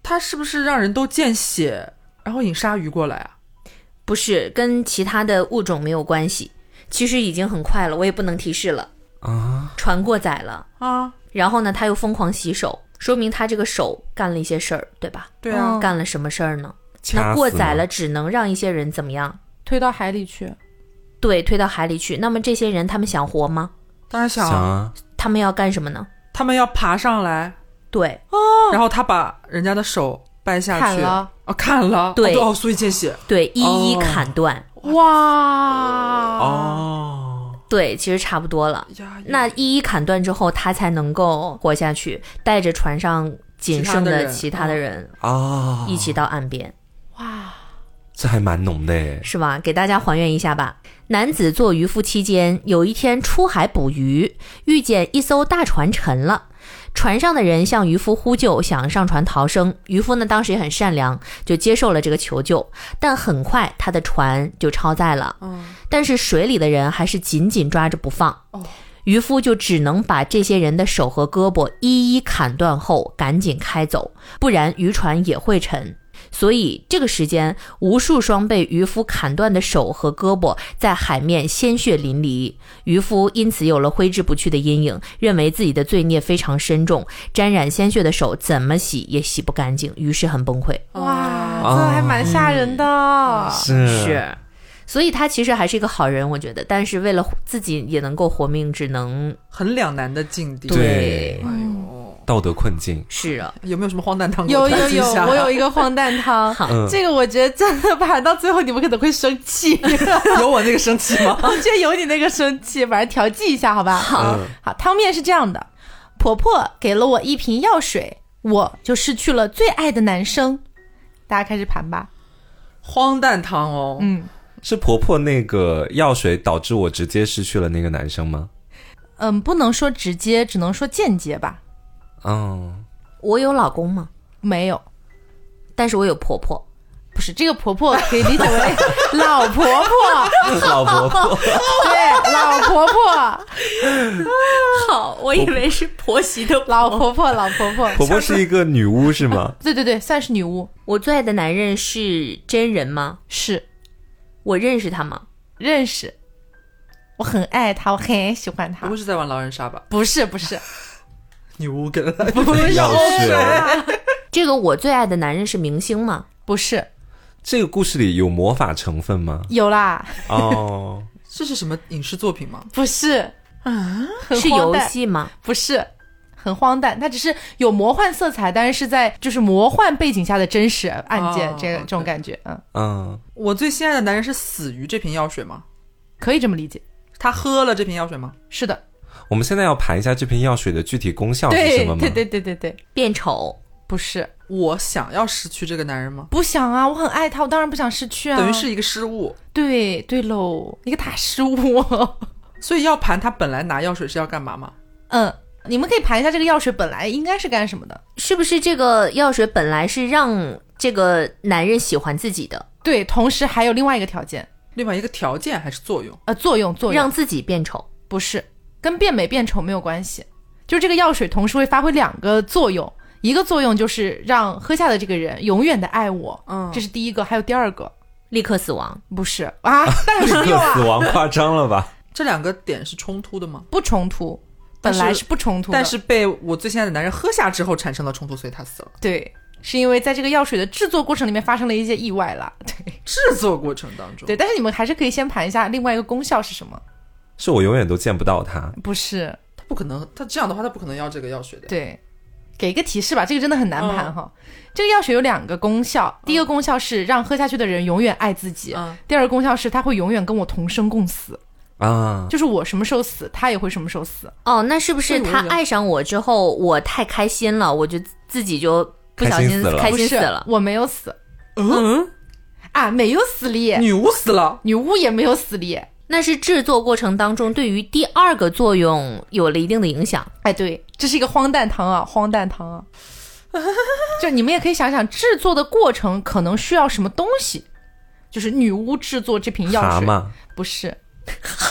他是不是让人都见血，然后引鲨鱼过来啊？ 不是，跟其他的物种没有关系。其实已经很快了，我也不能提示了啊。 船过载了啊， 然后呢，他又疯狂洗手，说明他这个手干了一些事儿，对吧？ 对啊， 嗯、干了什么事儿呢？那过载了，只能让一些人怎么样？ 推到海里去。 对，推到海里去。那么这些人他们想活吗？ 当然想啊。 他们要干什么呢？ 他们要爬上来。 对。 哦。然后他把人家的手掰下去。 砍了。 哦，砍了。 对。 哦，所以见血。 对，一一砍断。 哦、哇。 哦。 对，其实差不多了。那一一砍断之后，他才能够活下去，带着船上仅剩的其他的人啊， 一起到岸边。 哇， 这还蛮浓的耶， 是吧？给大家还原一下吧。男子做渔夫期间，有一天出海捕鱼，遇见一艘大船沉了。船上的人向渔夫呼救，想上船逃生。渔夫呢，当时也很善良，就接受了这个求救。但很快他的船就超载了，嗯、但是水里的人还是紧紧抓着不放。哦，渔夫就只能把这些人的手和胳膊一一砍断后赶紧开走，不然渔船也会沉。所以这个时间，无数双被渔夫砍断的手和胳膊在海面鲜血淋漓，渔夫因此有了挥之不去的阴影，认为自己的罪孽非常深重，沾染鲜血的手怎么洗也洗不干净，于是很崩溃。 哇，这还蛮吓人的。 嗯、是是，所以他其实还是一个好人，我觉得，但是为了自己也能够活命，只能很两难的境地。 对， 哎呦。 道德困境。 是啊， 有没有什么荒诞汤？ 有有有，我有一个荒诞汤。嗯、这个我觉得真的吧，到最后你们可能会生气。 有我那个生气吗？ 我觉得有你那个生气，把它调剂一下，好吧？好，嗯、好，汤面是这样的：婆婆给了我一瓶药水，我就失去了最爱的男生。大家开始盘吧。 荒诞汤哦， 嗯， 是婆婆那个药水导致我直接失去了那个男生吗？ 嗯，不能说直接，只能说间接吧。 哦， 我有老公吗？ 没有， 但是我有婆婆。 不是，这个婆婆可以理解为老婆婆。 老婆婆。 对，老婆婆。 好，我以为是婆媳的婆老婆婆，老婆婆。 婆婆是一个女巫是吗？ 对对对，算是女巫。 我最爱的男人是真人吗？ 是。 我认识他吗？ 认识。我很爱他，我很喜欢他。 不会是在玩狼人杀吧？ 不是，不是。 女巫给了他不是药水。 这个我最爱的男人是明星吗？ 不是。 这个故事里有魔法成分吗？ 有啦。 哦， 这是什么影视作品吗？ 不是。 啊， 是游戏吗？ 不是，很荒诞。它只是有魔幻色彩，但是是在就是魔幻背景下的真实案件，哦、这个这种感觉。嗯嗯。 我最心爱的男人是死于这瓶药水吗？ 可以这么理解。 他喝了这瓶药水吗？ 是的。 我们现在要盘一下这瓶药水的具体功效是什么吗？ 对对对对对， 变丑。 不是。 我想要失去这个男人吗？ 不想啊，我很爱他，我当然不想失去啊。 等于是一个失误。 对对喽，一个大失误。 所以要盘他本来拿药水是要干嘛吗？ 嗯，你们可以盘一下这个药水本来应该是干什么的？ 是不是这个药水本来是让这个男人喜欢自己的？ 对，同时还有另外一个条件。 另外一个条件还是作用？ 呃，作用作用， 让自己变丑。 不是，跟变美变丑没有关系。就是这个药水同时会发挥两个作用，一个作用就是让喝下的这个人永远的爱我，嗯，这是第一个。还有第二个， 立刻死亡。 不是啊，但有什么用啊？ 立刻死亡夸张了吧？ 这两个点是冲突的吗？ 不冲突，本来是不冲突的， 但是被我最心爱的男人喝下之后产生了冲突，所以他死了。 对，是因为在这个药水的制作过程里面发生了一些意外啦。对， 制作过程当中。 对，但是你们还是可以先盘一下另外一个功效是什么。 是我永远都见不到他。 不是， 他不可能，他这样的话他不可能要这个药水的。 对，给一个提示吧，这个真的很难盘哈。嗯、这个药水有两个功效，第一个功效是让喝下去的人永远爱自己，嗯、第二个功效是他会永远跟我同生共死。 啊， 就是我什么时候死，他也会什么时候死。 哦，那是不是他爱上我之后，我太开心了，我就自己就不小心开心死了？ 我没有死。 嗯啊，没有死哩。 女巫死了， 女巫也没有死哩。 那是制作过程当中对于第二个作用有了一定的影响。 哎，对，这是一个荒诞汤啊，荒诞汤啊。就你们也可以想想，制作的过程可能需要什么东西。就是女巫制作这瓶药水， 蛤蟆不是。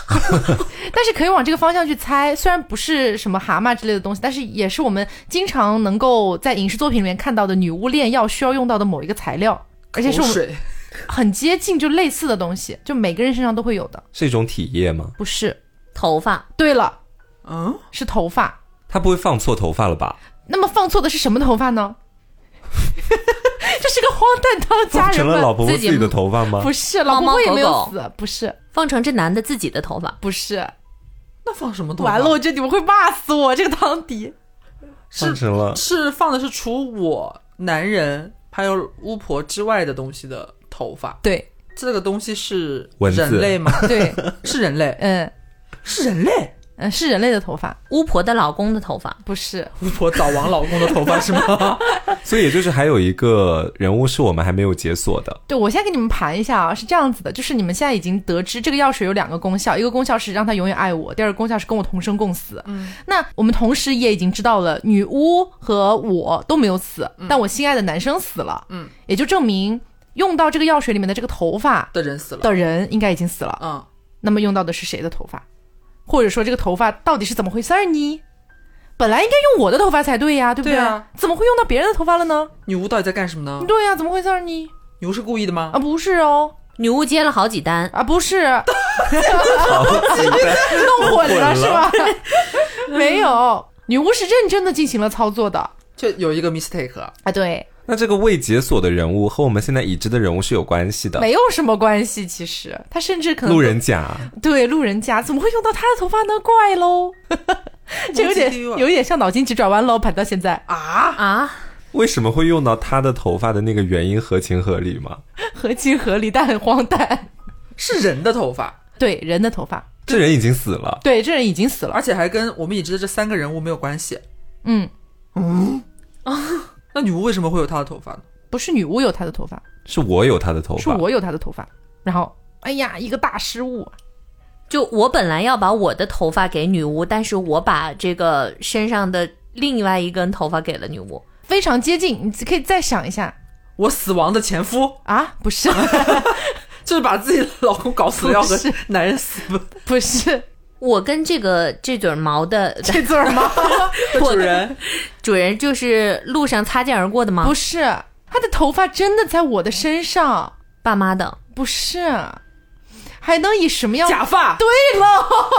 但是可以往这个方向去猜，虽然不是什么蛤蟆之类的东西，但是也是我们经常能够在影视作品里面看到的女巫炼药需要用到的某一个材料，而且是我们很接近就类似的东西，就每个人身上都会有的。 是一种体液吗？ 不是。 头发。 对了， 嗯， 是头发。 他不会放错头发了吧？ 那么放错的是什么头发呢？这是个荒诞汤，家人们放成了老婆婆自己的头发吗？ 不是，老婆婆也没有死。不是， 放成这男的自己的头发。 不是。 那放什么头发？ 完了，我觉得你们会骂死我，这个汤底放成了是放的是除我男人还有巫婆之外的东西的头发。 对， 这个东西是人类吗？ 对， 是人类。 嗯， 是人类。 嗯，是人类的头发。 巫婆的老公的头发。 不是。 巫婆早亡老公的头发是吗？ 所以也就是还有一个人物是我们还没有解锁的。 对，我现在给你们盘一下啊，是这样子的，就是你们现在已经得知这个药水有两个功效，一个功效是让他永远爱我，第二个功效是跟我同生共死。嗯，那我们同时也已经知道了女巫和我都没有死，嗯，但我心爱的男生死了。嗯，也就证明用到这个药水里面的这个头发的人死了， 的人应该已经死了。 嗯， 那么用到的是谁的头发？或者说这个头发到底是怎么回事呢？本来应该用我的头发才对呀，对不对？ 对啊， 怎么会用到别人的头发了呢？ 女巫到底在干什么呢？ 对呀，怎么回事呢？ 女巫是故意的吗？ 啊，不是哦。 女巫接了好几单啊，不是， 好几单弄混了是吧？没有，女巫是认真的进行了操作的， 就有一个 mistake 啊，对。 那这个未解锁的人物和我们现在已知的人物是有关系的？ 没有什么关系，其实他甚至可能路人甲。 对，路人甲怎么会用到他的头发呢？怪喽，这有点有点像脑筋急转弯喽，盘到现在啊啊！ 为什么会用到他的头发的那个原因合情合理吗？ 合情合理，但很荒诞。 是人的头发， 对，人的头发。 这人已经死了， 对，这人已经死了， 而且还跟我们已知的这三个人物没有关系。 嗯嗯啊。那女巫为什么会有她的头发呢？ 不是女巫有她的头发， 是我有她的头发， 是我有她的头发。然后，哎呀，一个大失误。 就我本来要把我的头发给女巫，但是我把这个身上的另外一根头发给了女巫， 非常接近。你可以再想一下， 我死亡的前夫啊？不是， 就是把自己的老公搞死了要和男人死。 不是。 我跟这个这嘴毛的这嘴毛主人， 主人就是路上擦肩而过的吗？ 不是，他的头发真的在我的身上。 爸妈的？ 不是，还能以什么样？ 假发。 对了，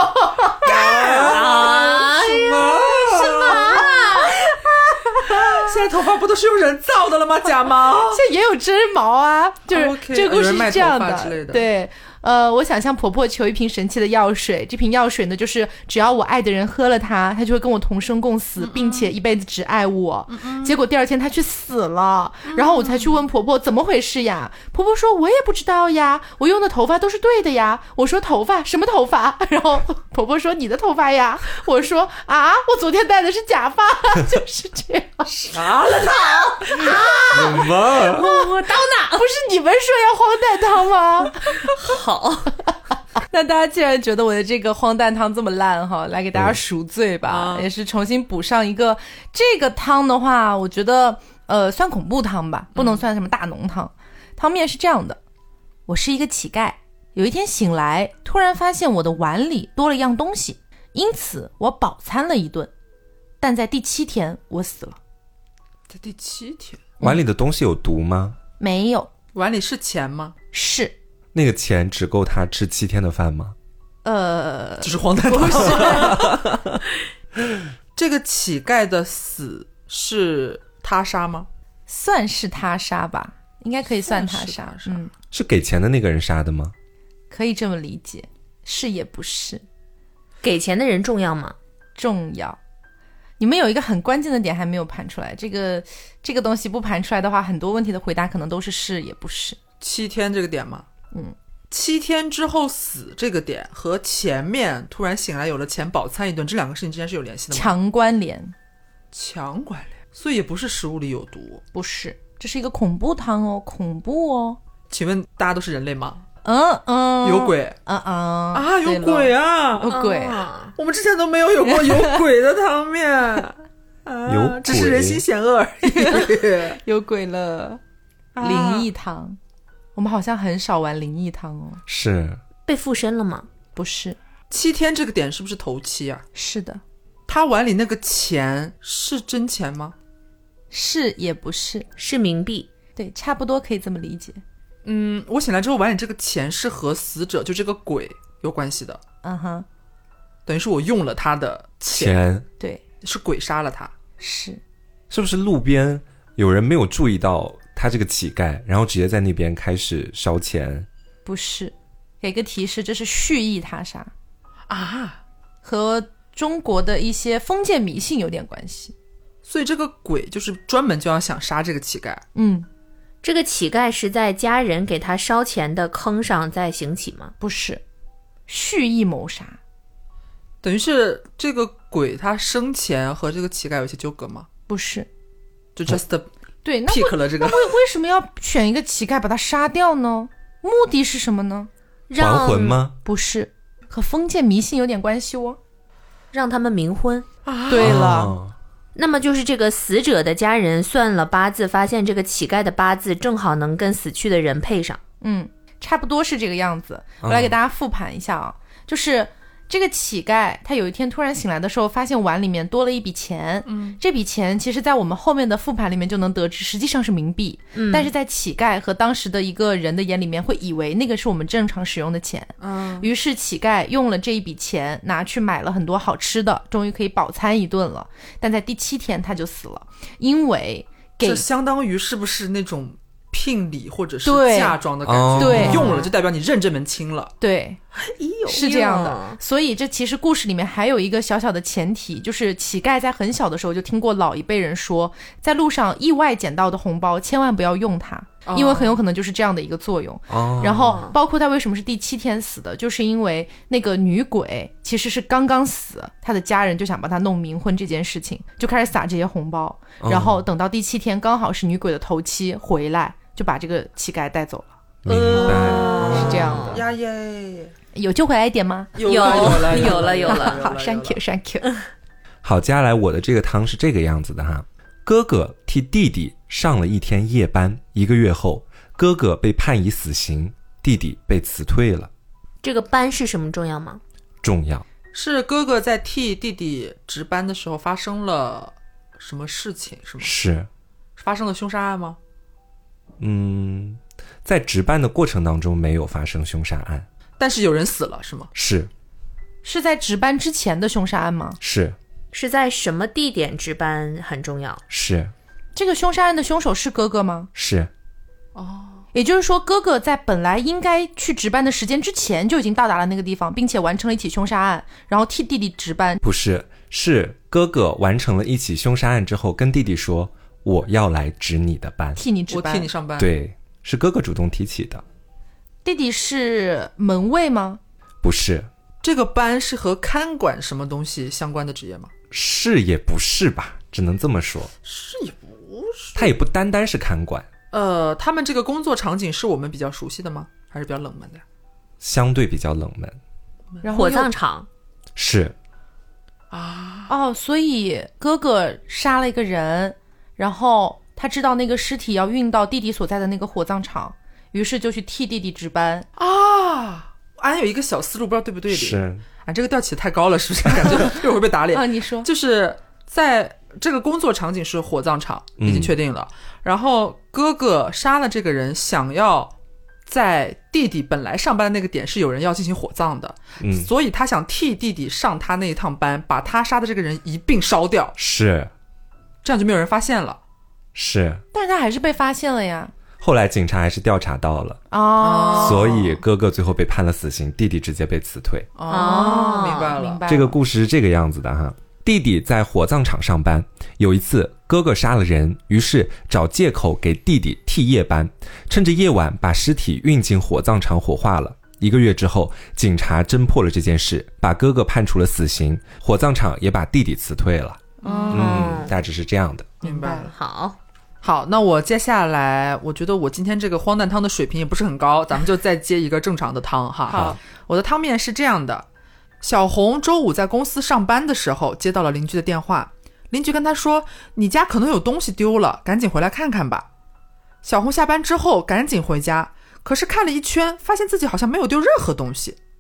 啊， 什么？ 什么？ 现在头发不都是用人造的了吗？假毛， 现在也有真毛啊，就是、 okay, 这个故事是这样的， 的对。呃，我想向婆婆求一瓶神奇的药水，这瓶药水呢，就是只要我爱的人喝了它，他就会跟我同生共死，嗯嗯并且一辈子只爱我。嗯嗯结果第二天他去死了，嗯嗯然后我才去问婆婆怎么回事呀？婆婆说我也不知道呀，我用的头发都是对的呀。我说头发什么头发？然后婆婆说你的头发呀。我说啊，我昨天戴的是假发，就是这样。 杀了他！ 啊！什么？ 我我到哪？ 不是你们说要荒诞汤吗？ 好。 那大家既然觉得我的这个荒诞汤这么烂哈，来给大家赎罪吧、嗯、也是重新补上一个。这个汤的话我觉得呃算恐怖汤吧，不能算什么大浓汤、嗯、汤面是这样的，我是一个乞丐，有一天醒来突然发现我的碗里多了一样东西，因此我饱餐了一顿，但在第七天我死了。 在第七天？ 碗里的东西有毒吗？ 没有。 碗里是钱吗？ 是。 那个钱只够他吃七天的饭吗？ 呃， 这是荒诞汤。这个乞丐的死是他杀吗？ 算是他杀吧，应该可以算他杀。 是, 嗯， 是给钱的那个人杀的吗？ 可以这么理解，是也不是。 给钱的人重要吗？ 重要。你们有一个很关键的点还没有盘出来，这个这个东西不盘出来的话，很多问题的回答可能都是是也不是。 七天这个点吗？ 嗯， 七天之后死这个点和前面突然醒来有了钱饱餐一顿，这两个事情之间是有联系的吗？ 强关联。 强关联，所以也不是食物里有毒。 不是，这是一个恐怖汤哦，恐怖哦。 请问大家都是人类吗？ 嗯嗯， 有鬼？ 嗯嗯啊，有鬼啊， 有鬼啊！我们之前都没有有过有鬼的汤面。啊、 有鬼， 只是人心险恶而已。 有鬼了，啊、灵异汤。我们好像很少玩灵异汤哦。 是被附身了吗？ 不是。 七天这个点是不是头七啊？ 是的。 他碗里那个钱是真钱吗？ 是也不是， 是冥币。 对，差不多可以这么理解。 嗯，我醒来之后碗里这个钱是和死者就这个鬼有关系的。 嗯哼， 等于是我用了他的钱， 钱对， 是鬼杀了他。 是是不是路边有人没有注意到他这个乞丐，然后直接在那边开始烧钱？ 不是？给个提示，这是蓄意他杀啊， 和中国的一些封建迷信有点关系。 所以这个鬼就是专门就要想杀这个乞丐。 嗯， 这个乞丐是在家人给他烧钱的坑上在行乞吗？ 不是，蓄意谋杀。 等于是这个鬼他生前和这个乞丐有些纠葛吗？ 不是， 就 just 对，那 pick 了这个。 那为为什么要选一个乞丐把他杀掉呢？目的是什么呢？ 还魂吗？ 不是，和封建迷信有点关系哦。 让他们冥婚。 啊， 对了。 哦， 那么就是这个死者的家人算了八字，发现这个乞丐的八字正好能跟死去的人配上。 嗯，差不多是这个样子。我来给大家复盘一下啊，就是这个乞丐他有一天突然醒来的时候，发现碗里面多了一笔钱。嗯，这笔钱其实在我们后面的复盘里面就能得知，实际上是冥币。嗯，但是在乞丐和当时的一个人的眼里面，会以为那个是我们正常使用的钱。嗯，于是乞丐用了这一笔钱拿去买了很多好吃的，终于可以饱餐一顿了。但在第七天他就死了，因为给这相当于是不是那种聘礼或者是嫁妆的感觉？ 对， 用了就代表你认这门亲了。 对，是这样的。所以这其实故事里面还有一个小小的前提，就是乞丐在很小的时候就听过老一辈人说，在路上意外捡到的红包千万不要用它，因为很有可能就是这样的一个作用。 哦， 然后包括他为什么是第七天死的，就是因为那个女鬼其实是刚刚死，他的家人就想帮他弄冥婚这件事情，就开始撒这些红包，然后等到第七天刚好是女鬼的头七回来，就把这个乞丐带走了。 明白， 呃、是这样的呀耶， 有救回来一点吗？ 有了有了有了有了， 好 ，thank you thank you。 好，接下来我的这个汤是这个样子的哈。哥哥替弟弟上了一天夜班，一个月后，哥哥被判以死刑，弟弟被辞退了。 这个班是什么重要吗？ 重要。 是哥哥在替弟弟值班的时候发生了什么事情是吗？ 是。 发生了凶杀案吗？ 嗯，在值班的过程当中没有发生凶杀案， 但是有人死了是吗？ 是。 是在值班之前的凶杀案吗？ 是。 是在什么地点值班很重要？ 是。 这个凶杀案的凶手是哥哥吗？ 是。 哦，也就是说哥哥在本来应该去值班的时间之前就已经到达了那个地方，并且完成了一起凶杀案，然后替弟弟值班。 不是，是哥哥完成了一起凶杀案之后跟弟弟说，我要来值你的班， 替你值班， 我替你上班。 对，是哥哥主动提起的。 弟弟是门卫吗？ 不是。 这个班是和看管什么东西相关的职业吗？ 是也不是吧，只能这么说。 是也不是。 他也不单单是看管。 呃，他们这个工作场景是我们比较熟悉的吗？还是比较冷门的？ 相对比较冷门。 然后火葬场。 是。 啊， 哦，所以哥哥杀了一个人，然后他知道那个尸体要运到弟弟所在的那个火葬场，于是就去替弟弟值班啊。俺有一个小思路，不知道对不对的。 是。 俺这个调起得太高了，是不是？感觉一会儿会被打脸。 啊，你说。 就是在这个工作场景是火葬场，已经确定了。嗯、然后哥哥杀了这个人，想要在弟弟本来上班的那个点是有人要进行火葬的，嗯、所以他想替弟弟上他那一趟班，把他杀的这个人一并烧掉。 是。 这样就没有人发现了。 是。 但是他还是被发现了呀。 后来警察还是调查到了哦， 所以哥哥最后被判了死刑，弟弟直接被辞退。 哦，明白了， 明白了。 这个故事是这个样子的哈。弟弟在火葬场上班，有一次哥哥杀了人，于是找借口给弟弟替夜班，趁着夜晚把尸体运进火葬场火化了。一个月之后，警察侦破了这件事，把哥哥判处了死刑，火葬场也把弟弟辞退了。 哦、 嗯，大致是这样的。 明白了。 好。 好，那我接下来我觉得我今天这个荒诞汤的水平也不是很高，咱们就再接一个正常的汤哈。 好， 我的汤面是这样的。小红周五在公司上班的时候接到了邻居的电话，邻居跟他说，你家可能有东西丢了，赶紧回来看看吧。小红下班之后赶紧回家，可是看了一圈发现自己好像没有丢任何东西。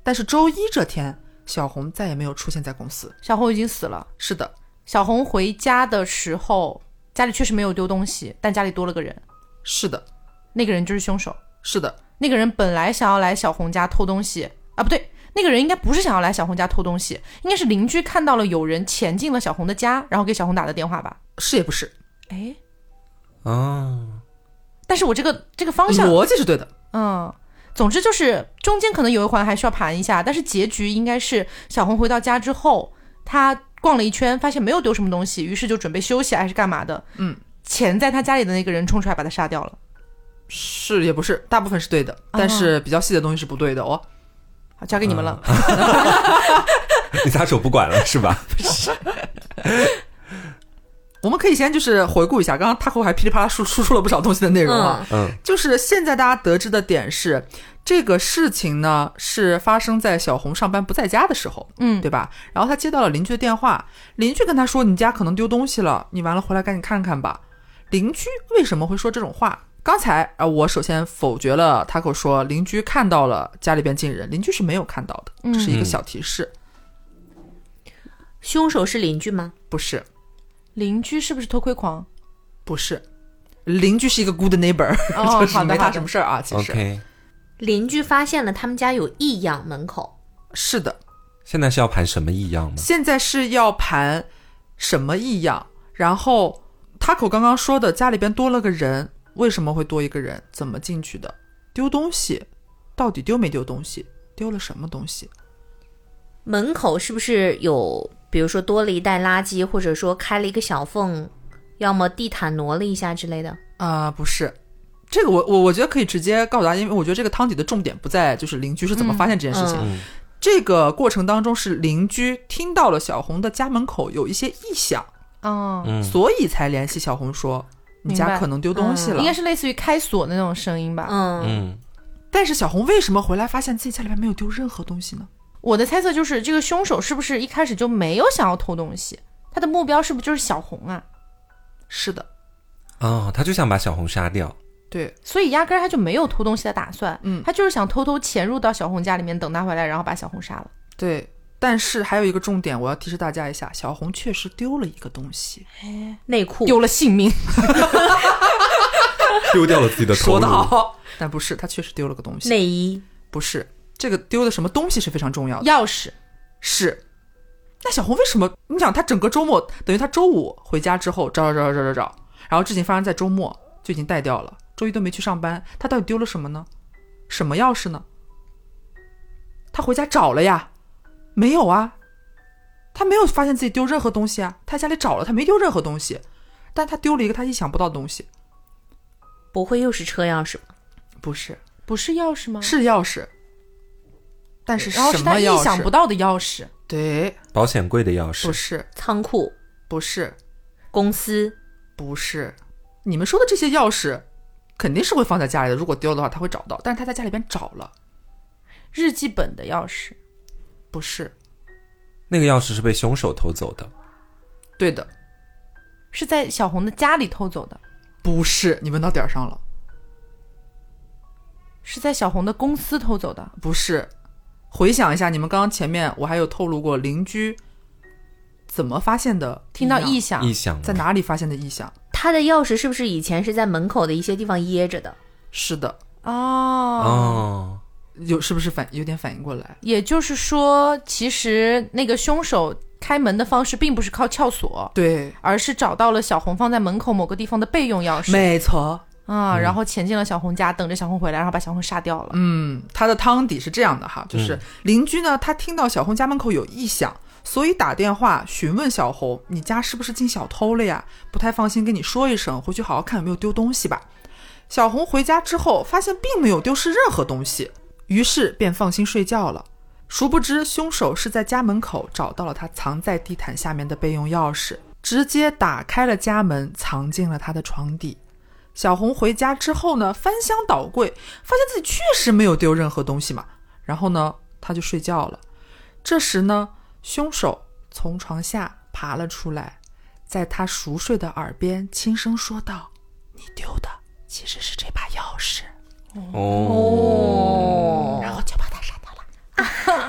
但是周一这天，小红再也没有出现在公司。 小红已经死了。 是的， 小红回家的时候，家里确实没有丢东西，但家里多了个人。 是的， 那个人就是凶手。 是的， 那个人本来想要来小红家偷东西啊，不对，那个人应该不是想要来小红家偷东西，应该是邻居看到了有人潜进了小红的家，然后给小红打的电话吧？ 是也不是？ 哎， 哦， 但是我这个这个方向逻辑是对的。 嗯，总之就是中间可能有一环还需要盘一下，但是结局应该是小红回到家之后，她逛了一圈，发现没有丢什么东西，于是就准备休息还是干嘛的？ 嗯， 潜在他家里的那个人冲出来把他杀掉了。 是也不是？大部分是对的，但是比较细的东西是不对的哦。 好，交给你们了。 你撒手不管了是吧？ 我们可以先就是回顾一下，刚刚 Taco 还噼里啪啦输输出了不少东西的内容啊。 嗯， 就是现在大家得知的点是，这个事情呢是发生在小红上班不在家的时候， 嗯， 对吧？然后他接到了邻居的电话，邻居跟他说你家可能丢东西了，你完了回来赶紧看看吧。邻居为什么会说这种话？刚才啊，我首先否决了 Taco 说邻居看到了家里边进人，邻居是没有看到的，这是一个小提示。 嗯、凶手是邻居吗？ 不是。 邻居是不是偷窥狂？ 不是，邻居是一个 good neighbor，、 哦、 就是没他什么事儿啊。其实， okay. 邻居发现了他们家有异样，门口。 是的。 现在是要盘什么异样吗？ 现在是要盘什么异样？然后 Taco 刚刚说的家里边多了个人。为什么会多一个人？怎么进去的？丢东西，到底丢没丢东西？丢了什么东西？ 门口是不是有，比如说多了一袋垃圾，或者说开了一个小缝，要么地毯挪了一下之类的？ 啊、呃，不是，这个我我我觉得可以直接告诉大家，因为我觉得这个汤底的重点不在就是邻居是怎么发现这件事情。 嗯嗯、 这个过程当中是邻居听到了小红的家门口有一些异响， 嗯， 所以才联系小红说。你家可能丢东西了、 嗯、应该是类似于开锁的那种声音吧。 嗯嗯， 但是小红为什么回来发现自己家里面没有丢任何东西呢？ 我的猜测就是这个凶手是不是一开始就没有想要偷东西，他的目标是不是就是小红啊？ 是的。 哦，他就想把小红杀掉。 对， 所以压根儿他就没有偷东西的打算。 嗯， 他就是想偷偷潜入到小红家里面，等他回来然后把小红杀了。 对，但是还有一个重点我要提示大家一下，小红确实丢了一个东西， 内裤， 丢了性命。 丢掉了自己的头颅。 说得好，但不是，他确实丢了个东西。 内衣。 不是，这个丢的什么东西是非常重要的。 钥匙。 是。那小红为什么？你想他整个周末，等于他周五回家之后找找找找找找，然后事情发生在周末就已经带掉了，周一都没去上班，他到底丢了什么呢？什么钥匙呢？他回家找了呀，没有啊，他没有发现自己丢任何东西啊，他家里找了，他没丢任何东西，但他丢了一个他意想不到的东西。 不会又是车钥匙吧？ 不是。 不是钥匙吗？ 是钥匙，但是什么钥匙？ 然后是他意想不到的钥匙。 对， 保险柜的钥匙。 不是。 仓库。 不是。 公司。 不是。你们说的这些钥匙肯定是会放在家里的，如果丢的话他会找到，但是他在家里边找了。 日记本的钥匙。 不是。 那个钥匙是被凶手偷走的。 对的。 是在小红的家里偷走的。 不是，你问到点上了。 是在小红的公司偷走的。 不是。回想一下，你们刚刚前面我还有透露过邻居怎么发现的， 听到异响。 异响在哪里发现的异响？ 他的钥匙是不是以前是在门口的一些地方掖着的？ 是的。 哦哦， 有是不是反有点反应过来？ 也就是说，其实那个凶手开门的方式并不是靠撬锁， 对， 而是找到了小红放在门口某个地方的备用钥匙。 没错。 啊、嗯，然后潜进了小红家，等着小红回来，然后把小红杀掉了。 嗯，他的汤底是这样的哈，就是邻居呢，他听到小红家门口有异响，所以打电话询问小红，你家是不是进小偷了呀？不太放心，跟你说一声，回去好好看有没有丢东西吧。小红回家之后发现并没有丢失任何东西，于是便放心睡觉了。殊不知凶手是在家门口找到了他藏在地毯下面的备用钥匙，直接打开了家门，藏进了他的床底。小红回家之后呢，翻箱倒柜，发现自己确实没有丢任何东西嘛，然后呢他就睡觉了。这时呢，凶手从床下爬了出来，在他熟睡的耳边轻声说道，你丢的其实是这把钥匙。 哦， 然后就把他杀掉了。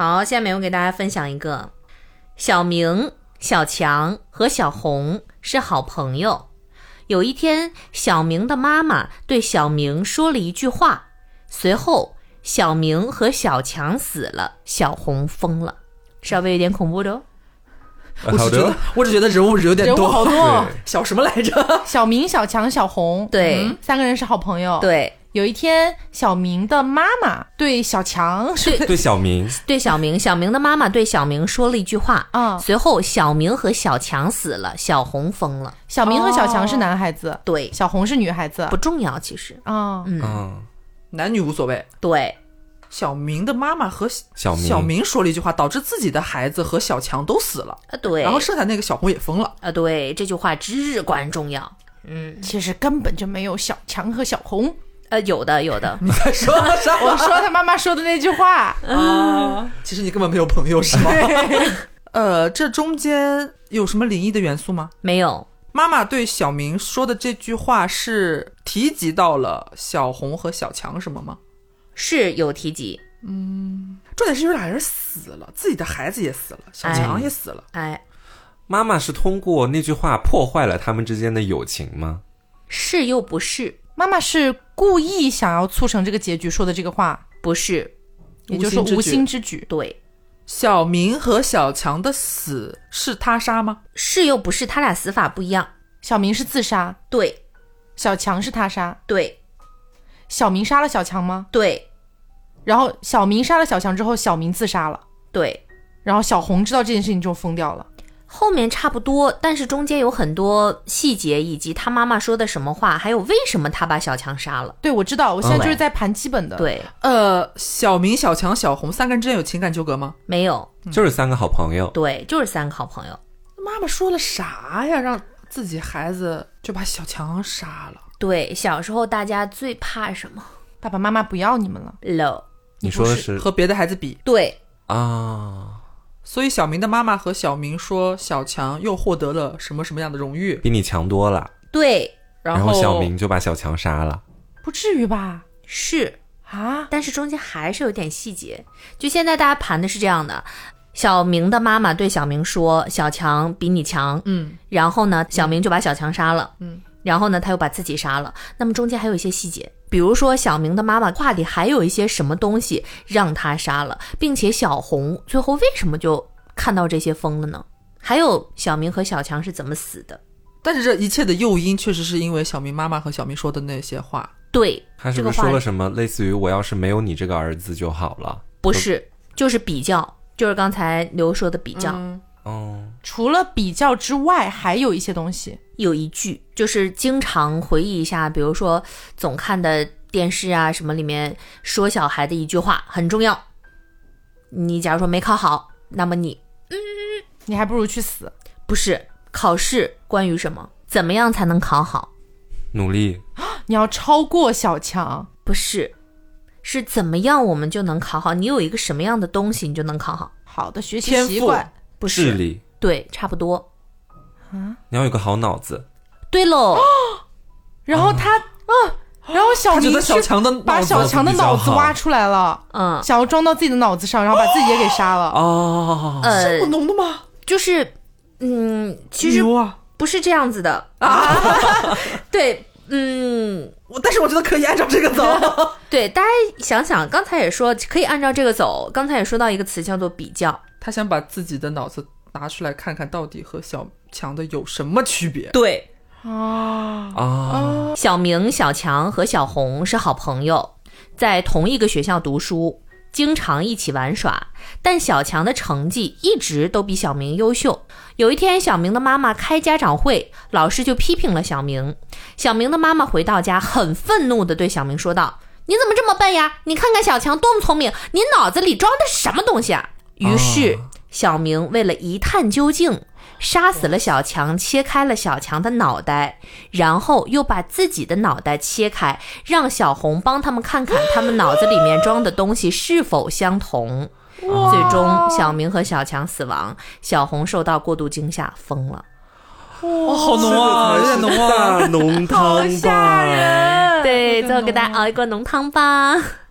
好，下面我给大家分享一个，小明、小强和小红是好朋友。有一天，小明的妈妈对小明说了一句话，随后小明和小强死了，小红疯了。稍微有点恐怖的哦。 我只觉得，我只觉得人物有点多， 人物好多。 小什么来着？ 小明、小强、小红， 对、 嗯，三个人是好朋友。 对， 有一天，小明的妈妈对小强说， 对小明， 对小明，小明的妈妈对小明说了一句话， 嗯， 随后小明和小强死了，小红疯了。 小明和小强是男孩子，哦、 对， 小红是女孩子， 不重要，其实啊、哦， 嗯， 嗯， 男女无所谓。 对。 小明的妈妈和小明小明说了一句话，导致自己的孩子和小强都死了。 啊，对。 然后剩下那个小红也疯了。 啊，对，这句话至关重要。嗯， 其实根本就没有小强和小红。 呃，有的，有的。 你在说啥？ 我说他妈妈说的那句话啊。其实你根本没有朋友，是吗？呃，这中间有什么灵异的元素吗？ 没有。 妈妈对小明说的这句话是提及到了小红和小强什么吗？ 是有提及。 嗯，重点是有俩人死了，自己的孩子也死了，小强也死了。 哎， 妈妈是通过那句话破坏了他们之间的友情吗？ 是又不是。 妈妈是故意想要促成这个结局说的这个话？ 不是， 也就是说无心之举。 对。 小明和小强的死是他杀吗？ 是又不是，他俩死法不一样。 小明是自杀。 对。 小强是他杀。 对。 小明杀了小强吗？ 对。 然后小明杀了小强之后，小明自杀了。 对。 然后小红知道这件事情就疯掉了。 后面差不多，但是中间有很多细节，以及他妈妈说的什么话，还有为什么他把小强杀了。 对，我知道，我现在就是在盘基本的。 对。 呃，小明、小强、小红三个人之间有情感纠葛吗？ 没有， 就是三个好朋友。 对，就是三个好朋友。 妈妈说了啥呀？让自己孩子就把小强杀了。 对，小时候大家最怕什么？ 爸爸妈妈不要你们了。 No， 你说的是和别的孩子比。 对啊， 所以小明的妈妈和小明说，小强又获得了什么什么样的荣誉， 比你强多了。 对， 然后然后小明就把小强杀了。 不至于吧？ 是啊， 但是中间还是有点细节。就现在大家盘的是这样的。小明的妈妈对小明说小强比你强， 嗯， 然后呢小明就把小强杀了， 嗯， 然后呢他又把自己杀了。那么中间还有一些细节，比如说小明的妈妈话里还有一些什么东西让他杀了，并且小红最后为什么就看到这些疯了呢？还有小明和小强是怎么死的？ 但是这一切的诱因确实是因为小明妈妈和小明说的那些话。 对， 他是不是说了什么类似于我要是没有你这个儿子就好了？ 不是，就是比较，就是刚才刘说的比较。 嗯哦， 除了比较之外还有一些东西。 有一句就是经常回忆一下，比如说总看的电视啊什么里面说小孩的一句话很重要，你假如说没考好，那么你嗯， 你还不如去死。 不是，考试关于什么？怎么样才能考好？ 努力。 你要超过小强。 不是，是怎么样我们就能考好？你有一个什么样的东西你就能考好？ 好的学习习惯。 不是， 智力。 对，差不多。 啊， 你要有个好脑子。 对喽。 然后他啊，然后小明小强的把小强的脑子挖出来了， 嗯， 想要装到自己的脑子上，然后把自己也给杀了。 哦， 呃， 这么浓的吗？ 就是嗯，其实啊不是这样子的啊。对，嗯， 我但是我觉得可以按照这个走。 对，大家想想，刚才也说可以按照这个走，刚才也说到一个词叫做比较， 他想把自己的脑子拿出来看看到底和小强的有什么区别。 对啊啊， 小明、小强和小红是好朋友，在同一个学校读书，经常一起玩耍，但小强的成绩一直都比小明优秀。有一天，小明的妈妈开家长会，老师就批评了小明。小明的妈妈回到家，很愤怒地对小明说道：你怎么这么笨呀？你看看小强多么聪明，你脑子里装的是什么东西啊？于是小明为了一探究竟，杀死了小强，切开了小强的脑袋，然后又把自己的脑袋切开，让小红帮他们看看他们脑子里面装的东西是否相同。最终小明和小强死亡，小红受到过度惊吓疯了。 哇，好浓啊，有点浓啊， 浓汤吧。 好吓人。 对，最后给大家熬一锅浓汤吧。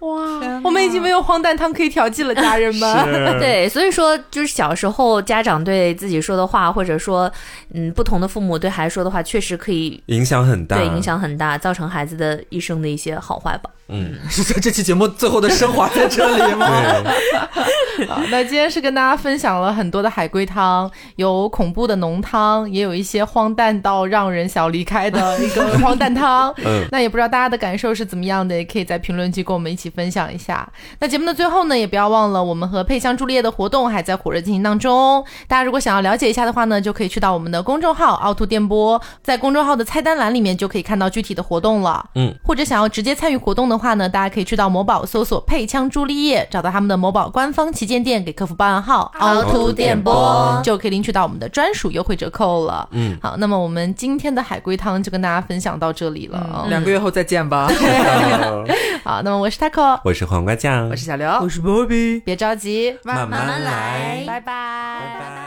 哇，我们已经没有荒诞汤可以调剂了，家人们。 对，所以说就是小时候家长对自己说的话，或者说嗯不同的父母对孩子说的话，确实可以影响很大， 对，影响很大，造成孩子的一生的一些好坏吧。 嗯， 是在这期节目最后的升华在这里吗？ 好，那今天是跟大家分享了很多的海龟汤，有恐怖的浓汤，也有一些荒诞到让人想离开的一个荒诞汤。嗯，那也不知道大家的感受是怎么样的，也可以在评论区跟我们一起分享一下。那节目的最后呢，也不要忘了我们和佩香朱丽叶的活动还在火热进行当中。大家如果想要了解一下的话呢，就可以去到我们的公众号凹凸电波，在公众号的菜单栏里面就可以看到具体的活动了。嗯，或者想要直接参与活动的话呢，大家可以去到某宝搜索佩枪朱丽叶，找到他们的某宝官方旗舰店，给客服报暗号凹凸电波，就可以领取到我们的专属优惠折扣了。嗯，好，那么我们今天的海龟汤就跟大家分享到这里了。 嗯、两个月后再见吧。 好，那么我是 Taco， 我是黄瓜酱， 我是小刘， 我是 Bobby， 别着急， 慢慢来， 拜拜， 拜拜。